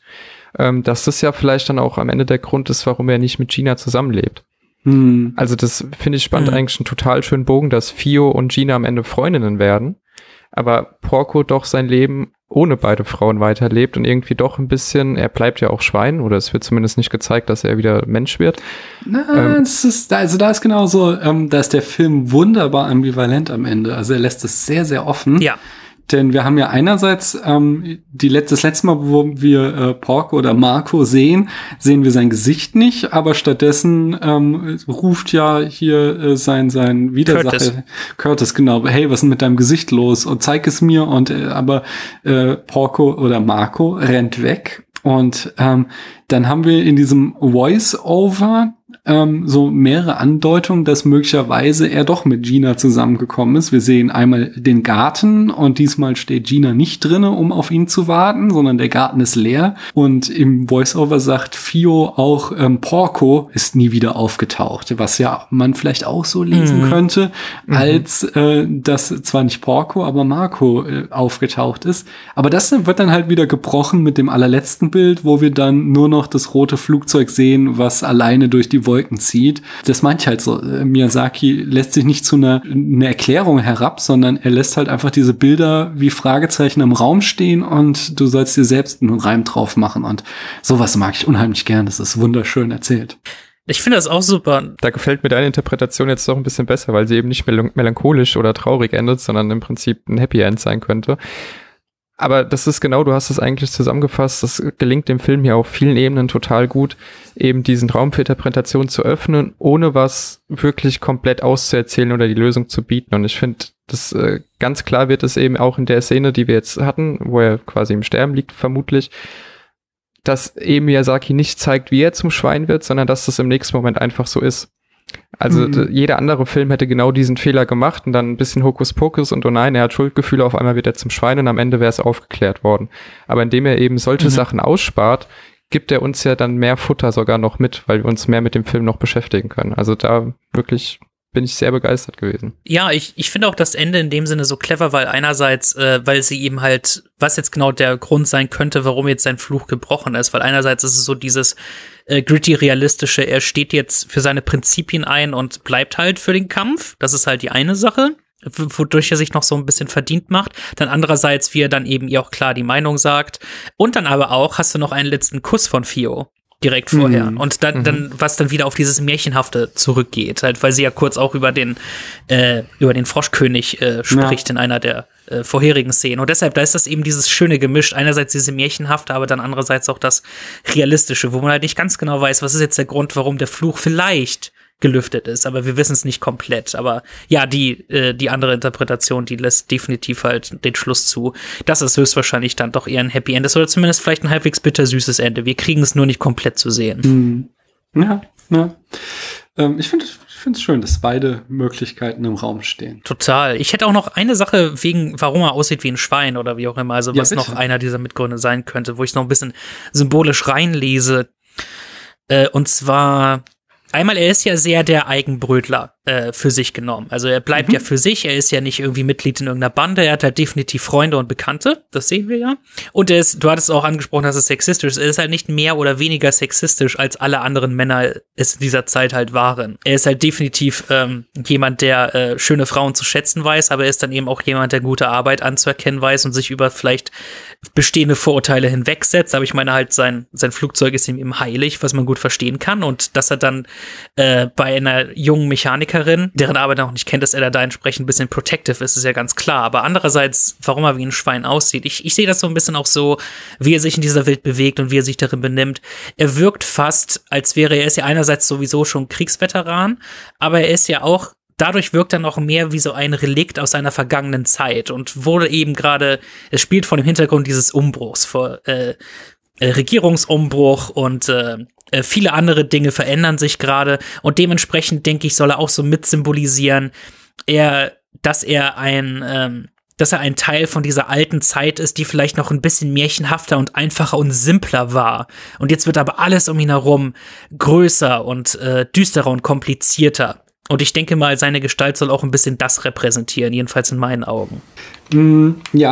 Speaker 3: ähm, dass das ja vielleicht dann auch am Ende der Grund ist, warum er nicht mit Gina zusammenlebt.
Speaker 1: Hm.
Speaker 3: Also das finde ich spannend,
Speaker 2: Mhm.
Speaker 3: eigentlich einen total schönen Bogen, dass Fio und Gina am Ende Freundinnen werden, aber Porco doch sein Leben ohne beide Frauen weiterlebt und irgendwie doch ein bisschen, er bleibt ja auch Schwein, oder es wird zumindest nicht gezeigt, dass er wieder Mensch wird.
Speaker 1: Na,
Speaker 3: Ähm.
Speaker 1: das ist, also da ist genauso, ähm, da ist der Film wunderbar ambivalent am Ende. Also er lässt es sehr, sehr offen.
Speaker 2: Ja.
Speaker 1: Denn wir haben ja einerseits ähm, die letzte, das letzte Mal, wo wir äh, Porco oder Marco sehen, sehen wir sein Gesicht nicht, aber stattdessen ähm, ruft ja hier äh, sein sein Widersacher
Speaker 2: Curtis.
Speaker 1: Curtis, genau, hey, was ist denn mit deinem Gesicht los? Und zeig es mir. Und äh, aber äh, Porco oder Marco rennt weg. Und ähm, dann haben wir in diesem Voice-Over ähm, so mehrere Andeutungen, dass möglicherweise er doch mit Gina zusammengekommen ist. Wir sehen einmal den Garten und diesmal steht Gina nicht drinne, um auf ihn zu warten, sondern der Garten ist leer. Und im Voice-Over sagt Fio auch, ähm, Porco ist nie wieder aufgetaucht, was ja man vielleicht auch so lesen
Speaker 2: Mhm.
Speaker 1: könnte, als äh, dass zwar nicht Porco, aber Marco äh, aufgetaucht ist. Aber das wird dann halt wieder gebrochen mit dem allerletzten Bild, wo wir dann nur noch das rote Flugzeug sehen, was alleine durch die Wolken zieht. Das meinte ich halt so. Äh, Miyazaki lässt sich nicht zu einer eine Erklärung herab, sondern er lässt halt einfach diese Bilder wie Fragezeichen im Raum stehen und du sollst dir selbst einen Reim drauf machen. Und sowas mag ich unheimlich gern. Das ist wunderschön erzählt.
Speaker 2: Ich finde das auch super.
Speaker 3: Da gefällt mir deine Interpretation jetzt doch ein bisschen besser, weil sie eben nicht mel- melancholisch oder traurig endet, sondern im Prinzip ein Happy End sein könnte. Aber das ist genau, du hast es eigentlich zusammengefasst, das gelingt dem Film hier auf vielen Ebenen total gut, eben diesen Raum für Interpretation zu öffnen, ohne was wirklich komplett auszuerzählen oder die Lösung zu bieten. Und ich finde, das äh, ganz klar wird es eben auch in der Szene, die wir jetzt hatten, wo er quasi im Sterben liegt, vermutlich, dass eben Miyazaki nicht zeigt, wie er zum Schwein wird, sondern dass das im nächsten Moment einfach so ist. Also
Speaker 1: Mhm.
Speaker 3: d- jeder andere Film hätte genau diesen Fehler gemacht und dann ein bisschen Hokuspokus und oh nein, er hat Schuldgefühle, auf einmal wird er zum Schwein und am Ende wäre es aufgeklärt worden. Aber indem er eben solche
Speaker 2: Mhm.
Speaker 3: Sachen ausspart, gibt er uns ja dann mehr Futter sogar noch mit, weil wir uns mehr mit dem Film noch beschäftigen können. Also da wirklich bin ich sehr begeistert gewesen.
Speaker 2: Ja, ich, ich finde auch das Ende in dem Sinne so clever, weil einerseits, äh, weil sie eben halt, was jetzt genau der Grund sein könnte, warum jetzt sein Fluch gebrochen ist, weil einerseits ist es so dieses äh, gritty realistische, er steht jetzt für seine Prinzipien ein und bleibt halt für den Kampf, das ist halt die eine Sache, w- wodurch er sich noch so ein bisschen verdient macht, dann andererseits, wie er dann eben ihr auch klar die Meinung sagt und dann aber auch, hast du noch einen letzten Kuss von Fio. Direkt vorher.
Speaker 1: Mhm.
Speaker 2: Und dann, dann, was dann wieder auf dieses Märchenhafte zurückgeht, halt, weil sie ja kurz auch über den, äh, über den Froschkönig äh, spricht
Speaker 1: Ja.
Speaker 2: in einer der äh, vorherigen Szenen. Und deshalb, da ist das eben dieses schöne Gemisch. Einerseits diese Märchenhafte, aber dann andererseits auch das Realistische, wo man halt nicht ganz genau weiß, was ist jetzt der Grund, warum der Fluch vielleicht gelüftet ist, aber wir wissen es nicht komplett. Aber ja, die äh, die andere Interpretation, die lässt definitiv halt den Schluss zu, dass es höchstwahrscheinlich dann doch eher ein Happy End ist oder zumindest vielleicht ein halbwegs bittersüßes Ende. Wir kriegen es nur nicht komplett zu sehen.
Speaker 1: Mhm. Ja, ja. Ähm, ich finde ich finde es schön, dass beide Möglichkeiten im Raum stehen.
Speaker 2: Total. Ich hätte auch noch eine Sache wegen, warum er aussieht wie ein Schwein oder wie auch immer, also
Speaker 1: Ja,
Speaker 2: was
Speaker 1: bitte.
Speaker 2: noch einer dieser Mitgründe sein könnte, wo ich noch ein bisschen symbolisch reinlese. Äh, und zwar einmal, er ist ja sehr der Eigenbrötler äh, für sich genommen. Also er bleibt
Speaker 1: Mhm.
Speaker 2: ja für sich, er ist ja nicht irgendwie Mitglied in irgendeiner Bande, er hat halt definitiv Freunde und Bekannte, das sehen wir ja. Und er ist, du hattest auch angesprochen, dass es sexistisch ist, er ist halt nicht mehr oder weniger sexistisch, als alle anderen Männer es in dieser Zeit halt waren. Er ist halt definitiv ähm, jemand, der äh, schöne Frauen zu schätzen weiß, aber er ist dann eben auch jemand, der gute Arbeit anzuerkennen weiß und sich über vielleicht bestehende Vorurteile hinwegsetzt. Aber ich meine halt, sein, sein Flugzeug ist ihm eben heilig, was man gut verstehen kann. Und dass er dann äh, bei einer jungen Mechanikerin, deren Arbeit er noch nicht kennt, dass er da entsprechend ein bisschen protective ist, ist ja ganz klar. Aber andererseits, warum er wie ein Schwein aussieht, ich, ich sehe das so ein bisschen auch so, wie er sich in dieser Welt bewegt und wie er sich darin benimmt. Er wirkt fast, als wäre er, ist ja einerseits sowieso schon Kriegsveteran, aber er ist ja auch, dadurch wirkt er noch mehr wie so ein Relikt aus seiner vergangenen Zeit und wurde eben gerade, es spielt vor dem Hintergrund dieses Umbruchs, vor äh, äh, Regierungsumbruch und äh, äh, viele andere Dinge verändern sich gerade und dementsprechend, denke ich, soll er auch so mit symbolisieren, er, dass er ein ähm, dass er ein Teil von dieser alten Zeit ist, die vielleicht noch ein bisschen märchenhafter und einfacher und simpler war. Und jetzt wird aber alles um ihn herum größer und äh, düsterer und komplizierter. Und ich denke mal, seine Gestalt soll auch ein bisschen das repräsentieren, jedenfalls in meinen Augen.
Speaker 1: Mm, ja,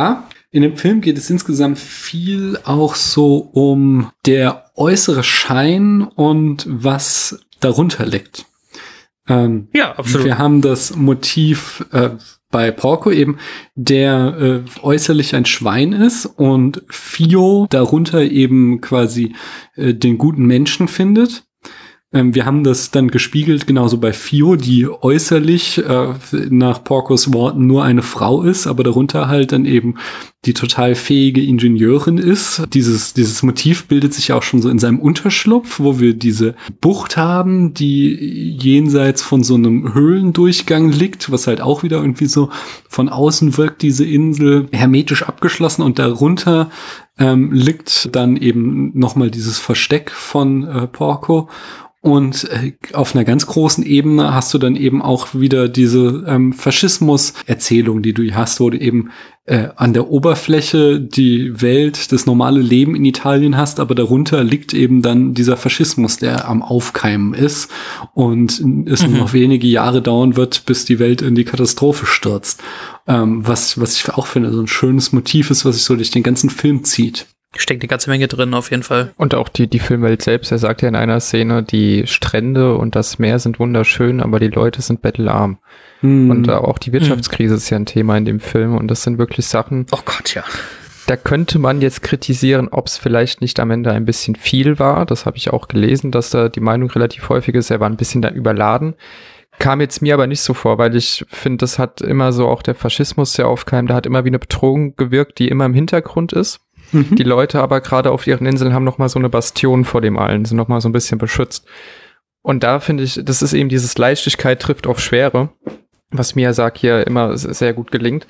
Speaker 1: In dem Film geht es insgesamt viel auch so um der äußere Schein und was darunter liegt. Ähm,
Speaker 2: ja, absolut.
Speaker 1: Wir haben das Motiv äh, bei Porco eben, der äh, äußerlich ein Schwein ist und Fio darunter eben quasi äh, den guten Menschen findet. Ähm, wir haben das dann gespiegelt genauso bei Fio, die äußerlich äh, nach Porcos Worten nur eine Frau ist, aber darunter halt dann eben die total fähige Ingenieurin ist. Dieses, dieses Motiv bildet sich auch schon so in seinem Unterschlupf, wo wir diese Bucht haben, die jenseits von so einem Höhlendurchgang liegt, was halt auch wieder irgendwie so von außen wirkt, diese Insel hermetisch abgeschlossen, und darunter ähm, liegt dann eben nochmal dieses Versteck von äh, Porco. Und äh, auf einer ganz großen Ebene hast du dann eben auch wieder diese ähm, Faschismus-Erzählung, die du hast, wo du eben äh, an der Oberfläche die Welt, das normale Leben in Italien hast, aber darunter liegt eben dann dieser Faschismus, der am Aufkeimen ist und es mhm. noch wenige Jahre dauern wird, bis die Welt in die Katastrophe stürzt. Ähm, was, was ich auch finde, so ein schönes Motiv ist, was sich so durch den ganzen Film zieht.
Speaker 2: Steckt eine ganze Menge drin, auf jeden Fall.
Speaker 3: Und auch die, die Filmwelt selbst, er sagt ja in einer Szene, die Strände und das Meer sind wunderschön, aber die Leute sind bettelarm. Hm. Und auch die Wirtschaftskrise hm. ist ja ein Thema in dem Film, und das sind wirklich Sachen.
Speaker 2: Oh Gott, ja.
Speaker 3: Da könnte man jetzt kritisieren, ob es vielleicht nicht am Ende ein bisschen viel war. Das habe ich auch gelesen, dass da die Meinung relativ häufig ist, er war ein bisschen da überladen. Kam jetzt mir aber nicht so vor, weil ich finde, das hat immer so auch der Faschismus sehr aufkeimt, da hat immer wie eine Bedrohung gewirkt, die immer im Hintergrund ist. Mhm. Die Leute aber gerade auf ihren Inseln haben noch mal so eine Bastion vor dem allen, sind noch mal so ein bisschen beschützt. Und da finde ich, das ist eben dieses Leichtigkeit trifft auf Schwere, was Miyazaki ja immer sehr gut gelingt.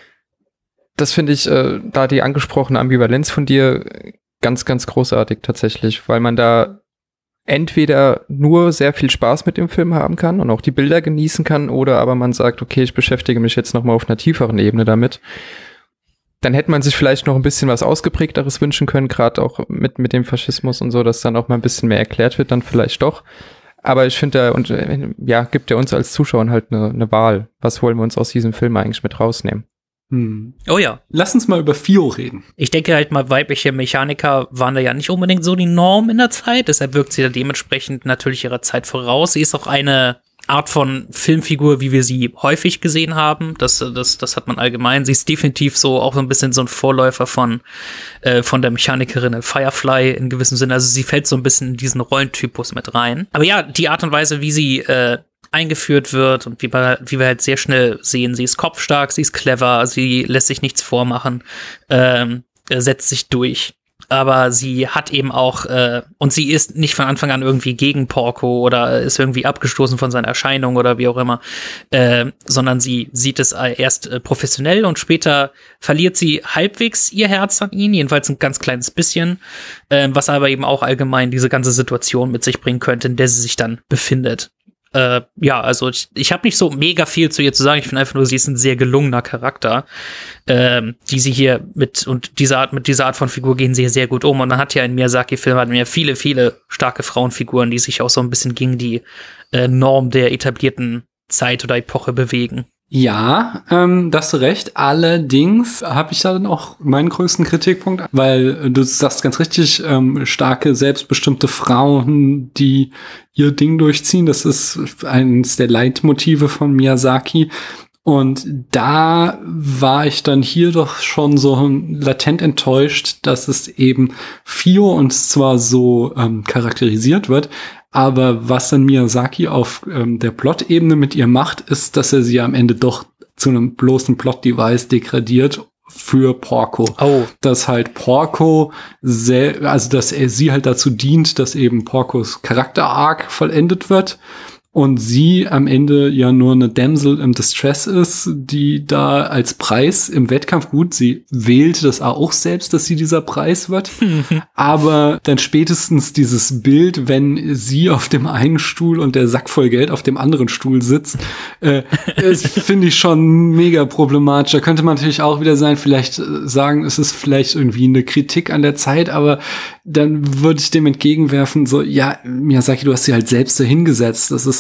Speaker 3: Das finde ich, äh, da die angesprochene Ambivalenz von dir ganz, ganz großartig tatsächlich, weil man da entweder nur sehr viel Spaß mit dem Film haben kann und auch die Bilder genießen kann, oder aber man sagt, okay, ich beschäftige mich jetzt noch mal auf einer tieferen Ebene damit. Dann hätte man sich vielleicht noch ein bisschen was Ausgeprägteres wünschen können, gerade auch mit mit dem Faschismus und so, dass dann auch mal ein bisschen mehr erklärt wird, dann vielleicht doch. Aber ich finde, da und ja, gibt ja uns als Zuschauern halt eine, eine Wahl. Was wollen wir uns aus diesem Film eigentlich mit rausnehmen?
Speaker 1: Hm.
Speaker 2: Oh ja.
Speaker 1: Lass uns mal über Fio reden.
Speaker 2: Ich denke halt mal, weibliche Mechaniker waren da ja nicht unbedingt so die Norm in der Zeit. Deshalb wirkt sie da dementsprechend natürlich ihrer Zeit voraus. Sie ist auch eine Art von Filmfigur, wie wir sie häufig gesehen haben. Das, das, das hat man allgemein. Sie ist definitiv so auch so ein bisschen so ein Vorläufer von, äh, von der Mechanikerin in Firefly in gewissem Sinne. Also sie fällt so ein bisschen in diesen Rollentypus mit rein. Aber ja, die Art und Weise, wie sie äh, eingeführt wird und wie wir, wie wir halt sehr schnell sehen, sie ist kopfstark, sie ist clever, sie lässt sich nichts vormachen, ähm, setzt sich durch. Aber sie hat eben auch, äh, und sie ist nicht von Anfang an irgendwie gegen Porco oder ist irgendwie abgestoßen von seiner Erscheinung oder wie auch immer, äh, sondern sie sieht es erst äh, professionell und später verliert sie halbwegs ihr Herz an ihn, jedenfalls ein ganz kleines bisschen, äh, was aber eben auch allgemein diese ganze Situation mit sich bringen könnte, in der sie sich dann befindet. Äh, ja, also ich, ich habe nicht so mega viel zu ihr zu sagen. Ich finde einfach nur, sie ist ein sehr gelungener Charakter, ähm, die sie hier mit und diese Art mit dieser Art von Figur gehen sie sehr gut um. Und man hat ja in Miyazaki-Filmen hatten wir viele, viele starke Frauenfiguren, die sich auch so ein bisschen gegen die äh, Norm der etablierten Zeit oder Epoche bewegen.
Speaker 1: Ja, ähm, das hast du recht. Allerdings habe ich da dann auch meinen größten Kritikpunkt, weil du sagst ganz richtig, ähm, starke, selbstbestimmte Frauen, die ihr Ding durchziehen. Das ist eines der Leitmotive von Miyazaki. Und da war ich dann hier doch schon so latent enttäuscht, dass es eben Fio uns zwar so ähm, charakterisiert wird, aber was dann Miyazaki auf ähm, der Plot-Ebene mit ihr macht, ist, dass er sie am Ende doch zu einem bloßen Plot-Device degradiert für Porco.
Speaker 2: Oh.
Speaker 1: Dass halt Porco, sehr, also dass er sie halt dazu dient, dass eben Porcos Charakter-Arc vollendet wird. Und sie am Ende ja nur eine Damsel in Distress ist, die da als Preis im Wettkampf, gut, sie wählt das auch selbst, dass sie dieser Preis wird. Aber dann spätestens dieses Bild, wenn sie auf dem einen Stuhl und der Sack voll Geld auf dem anderen Stuhl sitzt, äh, finde ich schon mega problematisch. Da könnte man natürlich auch wieder sein, vielleicht sagen, es ist vielleicht irgendwie eine Kritik an der Zeit, aber dann würde ich dem entgegenwerfen, so, ja, Miyazaki, du hast sie halt selbst dahingesetzt. Das ist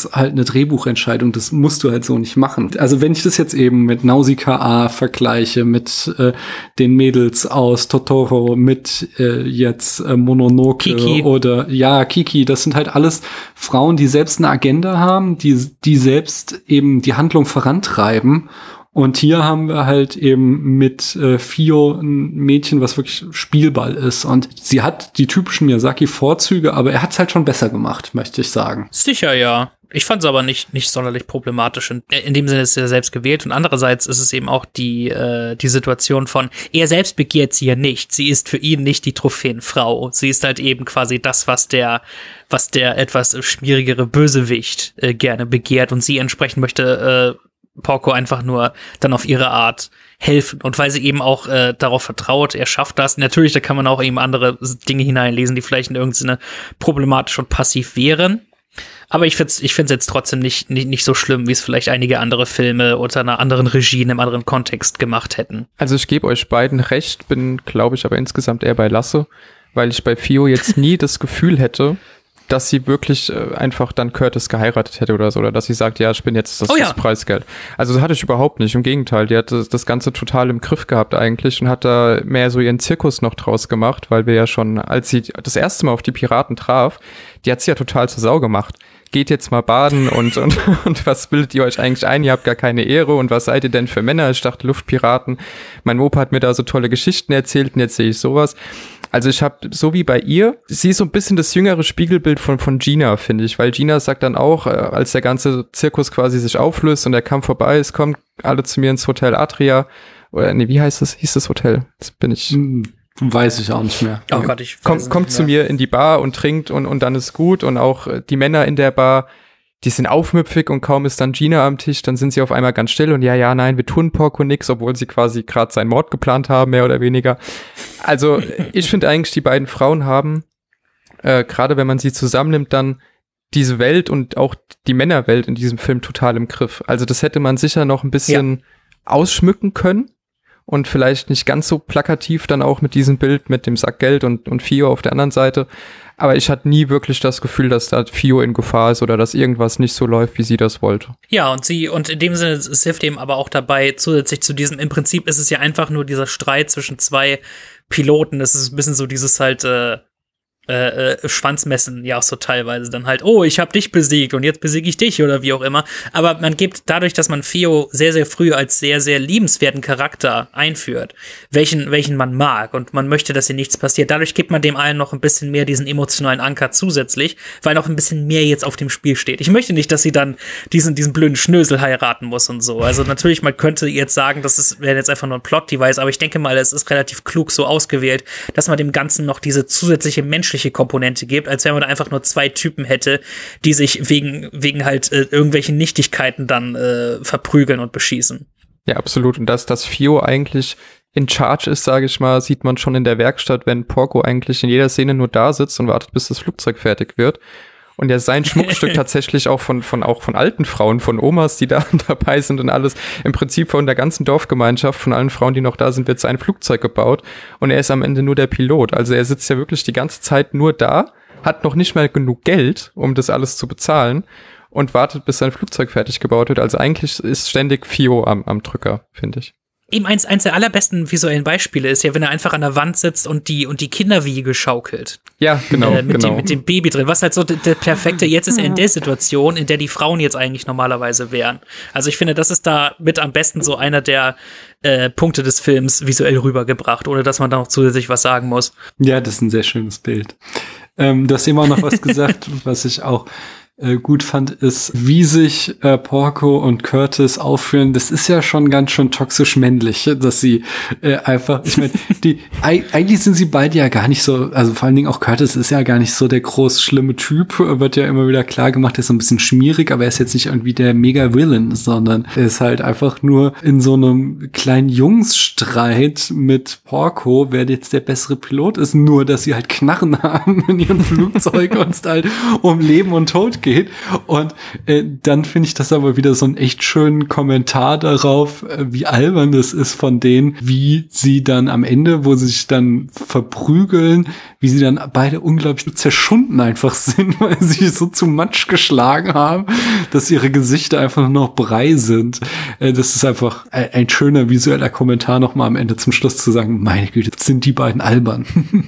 Speaker 1: ist halt eine Drehbuchentscheidung, das musst du halt so nicht machen. Also wenn ich das jetzt eben mit Nausicaa vergleiche, mit äh, den Mädels aus Totoro, mit äh, jetzt äh, Mononoke
Speaker 2: Kiki.
Speaker 1: oder ja, Kiki, das sind halt alles Frauen, die selbst eine Agenda haben, die, die selbst eben die Handlung vorantreiben. Und hier haben wir halt eben mit äh, Fio ein Mädchen, was wirklich Spielball ist. Und sie hat die typischen Miyazaki-Vorzüge, aber er hat es halt schon besser gemacht, möchte ich sagen.
Speaker 2: Sicher, ja. Ich fand es aber nicht, nicht sonderlich problematisch. In, in dem Sinne ist er selbst gewählt. Und andererseits ist es eben auch die, äh, die Situation von, er selbst begehrt sie ja nicht. Sie ist für ihn nicht die Trophäenfrau. Sie ist halt eben quasi das, was der, was der etwas schwierigere Bösewicht äh, gerne begehrt. Und sie entsprechend möchte äh, Porco einfach nur dann auf ihre Art helfen. Und weil sie eben auch äh, darauf vertraut, er schafft das. Natürlich, da kann man auch eben andere Dinge hineinlesen, die vielleicht in irgendeinem Sinne problematisch und passiv wären. Aber ich finde es ich find's jetzt trotzdem nicht, nicht, nicht so schlimm, wie es vielleicht einige andere Filme unter einer anderen Regie in einem anderen Kontext gemacht hätten.
Speaker 3: Also ich gebe euch beiden recht, bin, glaube ich, aber insgesamt eher bei Lasse, weil ich bei Fio jetzt nie das Gefühl hätte, dass sie wirklich äh, einfach dann Curtis geheiratet hätte oder so, oder dass sie sagt, ja, ich bin jetzt das,
Speaker 2: oh ja.
Speaker 3: das Preisgeld. Also das hatte ich überhaupt nicht, im Gegenteil, die hat das, das Ganze total im Griff gehabt eigentlich und hat da mehr so ihren Zirkus noch draus gemacht, weil wir ja schon, als sie das erste Mal auf die Piraten traf, die hat sie ja total zur Sau gemacht. Geht jetzt mal baden und, und, und was bildet ihr euch eigentlich ein? Ihr habt gar keine Ehre und was seid ihr denn für Männer? Ich dachte Luftpiraten. Mein Opa hat mir da so tolle Geschichten erzählt und jetzt sehe ich sowas. Also ich habe, so wie bei ihr, sie ist so ein bisschen das jüngere Spiegelbild von von Gina, finde ich, weil Gina sagt dann auch, als der ganze Zirkus quasi sich auflöst und der Kampf vorbei ist, kommen alle zu mir ins Hotel Adria, oder nee, wie heißt das, hieß das Hotel? Jetzt bin ich...
Speaker 1: Weiß ich auch nicht mehr.
Speaker 2: Oh Gott, ich weiß
Speaker 3: Komm,
Speaker 2: nicht
Speaker 3: kommt
Speaker 2: mehr.
Speaker 3: zu mir in die Bar und trinkt und, und dann ist gut und auch die Männer in der Bar, die sind aufmüpfig und kaum ist dann Gina am Tisch, dann sind sie auf einmal ganz still und ja, ja, nein, wir tun Porco nix, obwohl sie quasi gerade seinen Mord geplant haben, mehr oder weniger. Also ich finde eigentlich, die beiden Frauen haben, äh, gerade wenn man sie zusammennimmt, dann diese Welt und auch die Männerwelt in diesem Film total im Griff. Also das hätte man sicher noch ein bisschen ja. ausschmücken können und vielleicht nicht ganz so plakativ dann auch mit diesem Bild mit dem Sack Geld und, und Fio auf der anderen Seite. Aber ich hatte nie wirklich das Gefühl, dass da Fio in Gefahr ist oder dass irgendwas nicht so läuft, wie sie das wollte. Ja,
Speaker 2: und sie, und in dem Sinne, es hilft eben aber auch dabei, zusätzlich zu diesem, im Prinzip ist es ja einfach nur dieser Streit zwischen zwei Piloten. Es ist ein bisschen so dieses halt, äh, Äh, äh, Schwanzmessen, ja auch so teilweise dann halt, oh, ich hab dich besiegt und jetzt besiege ich dich oder wie auch immer. Aber man gibt dadurch, dass man Fio sehr, sehr früh als sehr, sehr liebenswerten Charakter einführt, welchen, welchen man mag und man möchte, dass ihr nichts passiert. Dadurch gibt man dem allen noch ein bisschen mehr diesen emotionalen Anker zusätzlich, weil noch ein bisschen mehr jetzt auf dem Spiel steht. Ich möchte nicht, dass sie dann diesen, diesen blöden Schnösel heiraten muss und so. Also natürlich, man könnte jetzt sagen, das ist, wäre jetzt einfach nur ein Plot-Device, aber ich denke mal, es ist relativ klug so ausgewählt, dass man dem Ganzen noch diese zusätzliche menschliche Komponente gibt, als wenn man da einfach nur zwei Typen hätte, die sich wegen, wegen halt äh, irgendwelchen Nichtigkeiten dann äh, verprügeln und beschießen.
Speaker 3: Ja, absolut. Und dass das Fio eigentlich in Charge ist, sage ich mal, sieht man schon in der Werkstatt, wenn Porco eigentlich in jeder Szene nur da sitzt und wartet, bis das Flugzeug fertig wird. Und ja, sein Schmuckstück tatsächlich auch von, von, auch von alten Frauen, von Omas, die da dabei sind und alles. Im Prinzip von der ganzen Dorfgemeinschaft, von allen Frauen, die noch da sind, wird sein Flugzeug gebaut. Und er ist am Ende nur der Pilot. Also er sitzt ja wirklich die ganze Zeit nur da, hat noch nicht mal genug Geld, um das alles zu bezahlen und wartet, bis sein Flugzeug fertig gebaut wird. Also eigentlich ist ständig Fio am, am Drücker, finde ich.
Speaker 2: Eben eins, eins der allerbesten visuellen Beispiele ist ja, wenn er einfach an der Wand sitzt und die, und die Kinderwiege schaukelt.
Speaker 3: Ja, genau,
Speaker 2: äh, mit
Speaker 3: genau.
Speaker 2: Dem, mit dem Baby drin. Was halt so der, der perfekte, jetzt ist er in der Situation, in der die Frauen jetzt eigentlich normalerweise wären. Also ich finde, das ist da mit am besten so einer der äh, Punkte des Films visuell rübergebracht, ohne dass man da noch zusätzlich was sagen muss.
Speaker 1: Ja, das ist ein sehr schönes Bild. Ähm, du hast eben auch noch was gesagt, was ich auch äh, gut fand, ist, wie sich äh, Porco und Curtis aufführen. Das ist ja schon ganz schön toxisch männlich, dass sie äh, einfach, ich meine, die ei- eigentlich sind sie beide ja gar nicht so, also vor allen Dingen auch Curtis ist ja gar nicht so der groß schlimme Typ, wird ja immer wieder klar gemacht, er ist so ein bisschen schmierig, aber er ist jetzt nicht irgendwie der Mega-Villain, sondern er ist halt einfach nur in so einem kleinen Jungsstreit mit Porco, wer jetzt der bessere Pilot ist, nur dass sie halt Knarren haben in ihrem Flugzeug und es halt um Leben und Tod geht. ausgeht. Und äh, dann finde ich das aber wieder so einen echt schönen Kommentar darauf, äh, wie albern das ist von denen, wie sie dann am Ende, wo sie sich dann verprügeln, wie sie dann beide unglaublich zerschunden einfach sind, weil sie so zu Matsch geschlagen haben, dass ihre Gesichter einfach nur noch Brei sind. Äh, das ist einfach ein, ein schöner visueller Kommentar nochmal am Ende zum Schluss zu sagen, meine Güte, sind die beiden albern.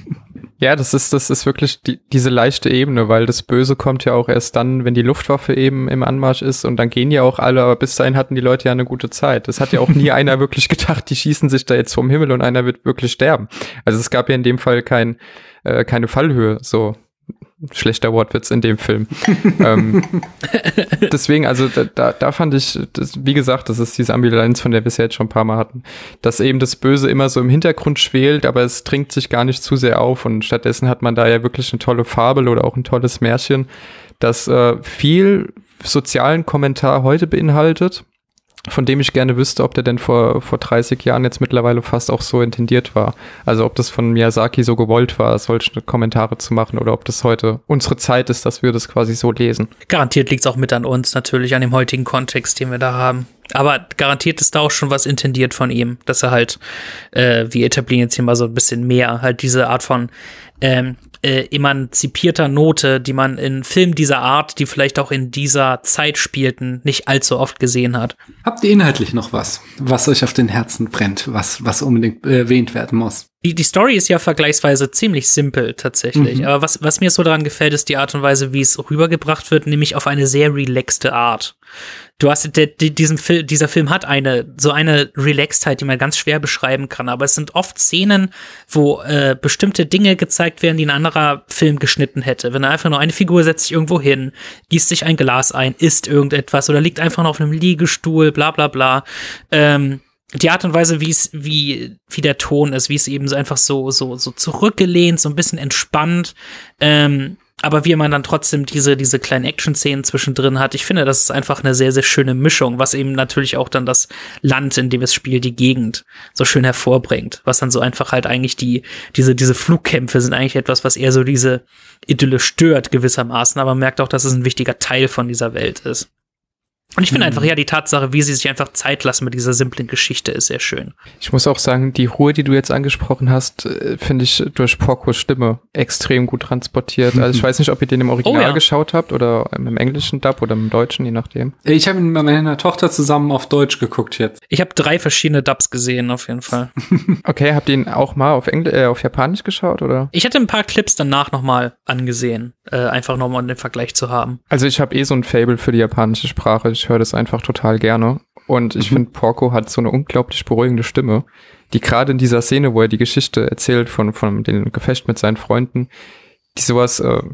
Speaker 3: Ja, das ist, das ist wirklich die, diese leichte Ebene, weil das Böse kommt ja auch erst dann, wenn die Luftwaffe eben im Anmarsch ist und dann gehen ja auch alle, aber bis dahin hatten die Leute ja eine gute Zeit. Das hat ja auch nie einer wirklich gedacht, die schießen sich da jetzt vom Himmel und einer wird wirklich sterben. Also es gab ja in dem Fall kein, äh, keine Fallhöhe, so. Schlechter Wortwitz in dem Film. ähm, deswegen, also da, da, da fand ich, das, wie gesagt, das ist diese Ambivalenz, von der wir es ja jetzt schon ein paar Mal hatten, dass eben das Böse immer so im Hintergrund schwelt, aber es dringt sich gar nicht zu sehr auf und stattdessen hat man da ja wirklich eine tolle Fabel oder auch ein tolles Märchen, das äh, viel sozialen Kommentar heute beinhaltet, von dem ich gerne wüsste, ob der denn vor vor dreißig Jahren jetzt mittlerweile fast auch so intendiert war. Also ob das von Miyazaki so gewollt war, solche Kommentare zu machen oder ob das heute unsere Zeit ist, dass wir das quasi so lesen.
Speaker 2: Garantiert liegt es auch mit an uns, natürlich, an dem heutigen Kontext, den wir da haben. Aber garantiert ist da auch schon was intendiert von ihm, dass er halt, äh, wir etablieren jetzt hier mal so ein bisschen mehr, halt diese Art von ähm, äh, emanzipierter Note, die man in Filmen dieser Art, die vielleicht auch in dieser Zeit spielten, nicht allzu oft gesehen hat.
Speaker 1: Habt ihr inhaltlich noch was, was euch auf den Herzen brennt, was, was unbedingt erwähnt werden muss?
Speaker 2: Die, die Story ist ja vergleichsweise ziemlich simpel tatsächlich, mhm. aber was, was mir so daran gefällt, ist die Art und Weise, wie es rübergebracht wird, nämlich auf eine sehr relaxte Art. Du hast, der, die, diesen Film, dieser Film hat eine, so eine Relaxedheit, die man ganz schwer beschreiben kann, aber es sind oft Szenen, wo äh, bestimmte Dinge gezeigt werden, die ein anderer Film geschnitten hätte. Wenn er einfach nur eine Figur setzt sich irgendwo hin, gießt sich ein Glas ein, isst irgendetwas oder liegt einfach nur auf einem Liegestuhl, bla bla bla, ähm, die Art und Weise, wie es, wie, wie der Ton ist, wie es eben so einfach so, so, so zurückgelehnt, so ein bisschen entspannt, ähm, aber wie man dann trotzdem diese, diese kleinen Action-Szenen zwischendrin hat. Ich finde, das ist einfach eine sehr, sehr schöne Mischung, was eben natürlich auch dann das Land, in dem es spielt, die Gegend so schön hervorbringt, was dann so einfach halt eigentlich die, diese, diese Flugkämpfe sind eigentlich etwas, was eher so diese Idylle stört gewissermaßen, aber man merkt auch, dass es ein wichtiger Teil von dieser Welt ist. Und ich finde einfach, ja, die Tatsache, wie sie sich einfach Zeit lassen mit dieser simplen Geschichte, ist sehr schön.
Speaker 3: Ich muss auch sagen, die Ruhe, die du jetzt angesprochen hast, finde ich durch Porcos Stimme extrem gut transportiert. Also ich weiß nicht, ob ihr den im Original oh, ja. geschaut habt oder im englischen Dub oder im deutschen, je nachdem.
Speaker 1: Ich habe ihn mit meiner Tochter zusammen auf Deutsch geguckt jetzt.
Speaker 2: Ich habe drei verschiedene Dubs gesehen, auf jeden Fall.
Speaker 3: Okay, habt ihr ihn auch mal auf Engl- äh, auf Japanisch geschaut, oder?
Speaker 2: Ich hatte ein paar Clips danach nochmal angesehen, äh, einfach nochmal um den Vergleich zu haben.
Speaker 3: Also ich habe eh so ein Faible für die japanische Sprache. Ich höre das einfach total gerne. Und ich mhm. finde, Porco hat so eine unglaublich beruhigende Stimme, die gerade in dieser Szene, wo er die Geschichte erzählt von, von dem Gefecht mit seinen Freunden, die sowas, äh,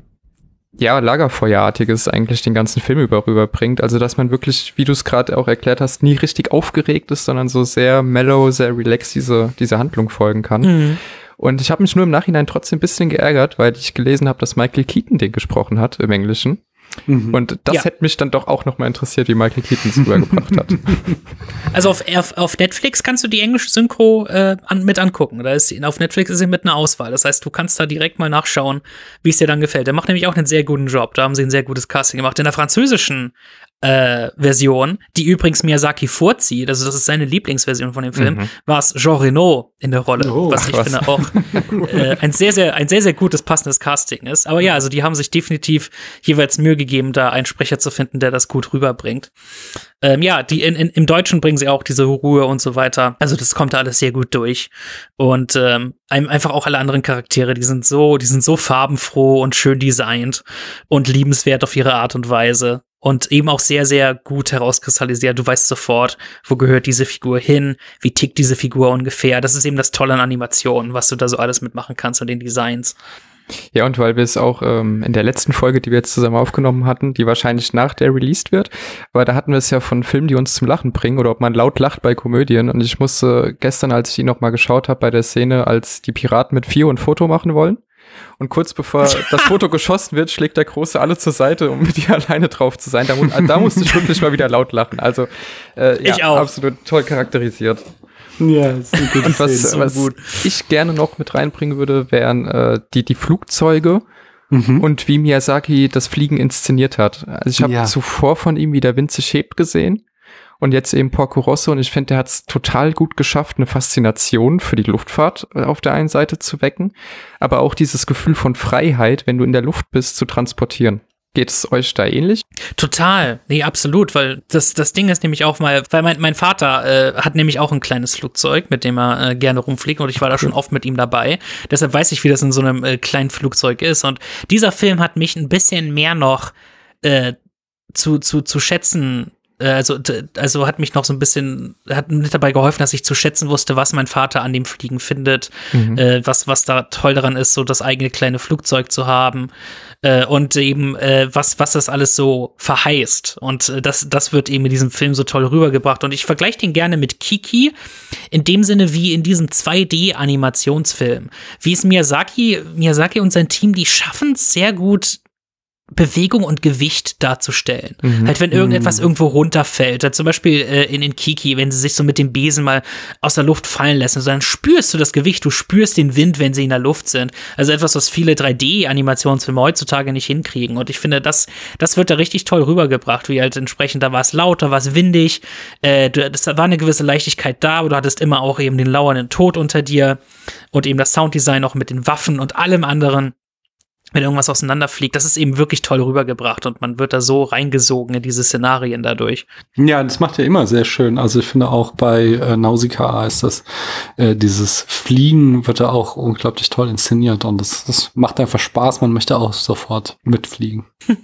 Speaker 3: ja, Lagerfeuerartiges eigentlich den ganzen Film über rüberbringt. Also, dass man wirklich, wie du es gerade auch erklärt hast, nie richtig aufgeregt ist, sondern so sehr mellow, sehr relaxed diese, diese Handlung folgen kann. Mhm. Und ich habe mich nur im Nachhinein trotzdem ein bisschen geärgert, weil ich gelesen habe, dass Michael Keaton den gesprochen hat im Englischen. Mhm. Und das ja. hätte mich dann doch auch noch mal interessiert, wie Michael Keaton es rübergebracht hat.
Speaker 2: Also auf, auf, auf Netflix kannst du die englische Synchro äh, an, mit angucken. Da ist, auf Netflix ist sie mit einer Auswahl. Das heißt, du kannst da direkt mal nachschauen, wie es dir dann gefällt. Der macht nämlich auch einen sehr guten Job. Da haben sie ein sehr gutes Casting gemacht. In der französischen äh, Version, die übrigens Miyazaki vorzieht, also das ist seine Lieblingsversion von dem Film, mhm. war es Jean Reno in der Rolle, oh, was ach, ich was. finde auch äh, ein sehr, sehr, ein sehr, sehr gutes, passendes Casting ist. Aber ja, also die haben sich definitiv jeweils Mühe gegeben, da einen Sprecher zu finden, der das gut rüberbringt. Ähm, ja, die in, in, im Deutschen bringen sie auch diese Ruhe und so weiter. Also das kommt da alles sehr gut durch. Und ähm, einfach auch alle anderen Charaktere, die sind so, die sind so farbenfroh und schön designt und liebenswert auf ihre Art und Weise. Und eben auch sehr, sehr gut herauskristallisiert. Du weißt sofort, wo gehört diese Figur hin, wie tickt diese Figur ungefähr. Das ist eben das Tolle an Animationen, was du da so alles mitmachen kannst und den Designs.
Speaker 3: Ja, und weil wir es auch ähm, in der letzten Folge, die wir jetzt zusammen aufgenommen hatten, die wahrscheinlich nach der released wird, aber da hatten wir es ja von Filmen, die uns zum Lachen bringen oder ob man laut lacht bei Komödien. Und ich musste gestern, als ich die noch mal geschaut habe, bei der Szene, als die Piraten mit Fio ein Foto machen wollen, und kurz bevor das Foto geschossen wird, schlägt der Große alle zur Seite, um mit ihr alleine drauf zu sein. Da, mu- da musste ich wirklich mal wieder laut lachen. Also äh, ja,
Speaker 2: ich auch.
Speaker 3: Absolut toll charakterisiert.
Speaker 1: Ja, ist eine gute
Speaker 3: was,
Speaker 1: Szene.
Speaker 3: was
Speaker 1: gut.
Speaker 3: ich gerne noch mit reinbringen würde, wären äh, die, die Flugzeuge mhm. und wie Miyazaki das Fliegen inszeniert hat. Also ich habe ja. zuvor von ihm Wie der Wind sich hebt gesehen und jetzt eben Porco Rosso und ich finde, der hat es total gut geschafft, eine Faszination für die Luftfahrt auf der einen Seite zu wecken, aber auch dieses Gefühl von Freiheit, wenn du in der Luft bist, zu transportieren. Geht es euch da ähnlich?
Speaker 2: Total, nee, absolut, weil das das Ding ist nämlich auch mal, weil mein mein Vater äh, hat nämlich auch ein kleines Flugzeug, mit dem er äh, gerne rumfliegt und ich war da schon oft mit ihm dabei. Deshalb weiß ich, wie das in so einem äh, kleinen Flugzeug ist und dieser Film hat mich ein bisschen mehr noch äh, zu zu zu schätzen. Also, also hat mich noch so ein bisschen, hat mit dabei geholfen, dass ich zu schätzen wusste, was mein Vater an dem Fliegen findet, mhm. äh, was, was da toll daran ist, so das eigene kleine Flugzeug zu haben äh, und eben, äh, was, was das alles so verheißt. Und äh, das, das wird eben in diesem Film so toll rübergebracht. Und ich vergleiche den gerne mit Kiki, in dem Sinne wie in diesem zwei D-Animationsfilm. Wie es Miyazaki, Miyazaki und sein Team, die schaffen es sehr gut, Bewegung und Gewicht darzustellen. Mhm. Halt, wenn irgendetwas mhm. irgendwo runterfällt. Halt zum Beispiel äh, in, in Kiki, wenn sie sich so mit dem Besen mal aus der Luft fallen lassen, so, dann spürst du das Gewicht, du spürst den Wind, wenn sie in der Luft sind. Also etwas, was viele drei D-Animationsfilme heutzutage nicht hinkriegen. Und ich finde, das, das wird da richtig toll rübergebracht, wie halt entsprechend, da war es laut, da war es windig, äh, du, das war eine gewisse Leichtigkeit da, aber du hattest immer auch eben den lauernden Tod unter dir und eben das Sounddesign auch mit den Waffen und allem anderen. Wenn irgendwas auseinanderfliegt, das ist eben wirklich toll rübergebracht und man wird da so reingesogen in diese Szenarien dadurch.
Speaker 1: Ja, das macht ja immer sehr schön. Also ich finde auch bei äh, Nausicaa ist das, äh, dieses Fliegen wird da auch unglaublich toll inszeniert und das, das macht einfach Spaß. Man möchte auch sofort mitfliegen.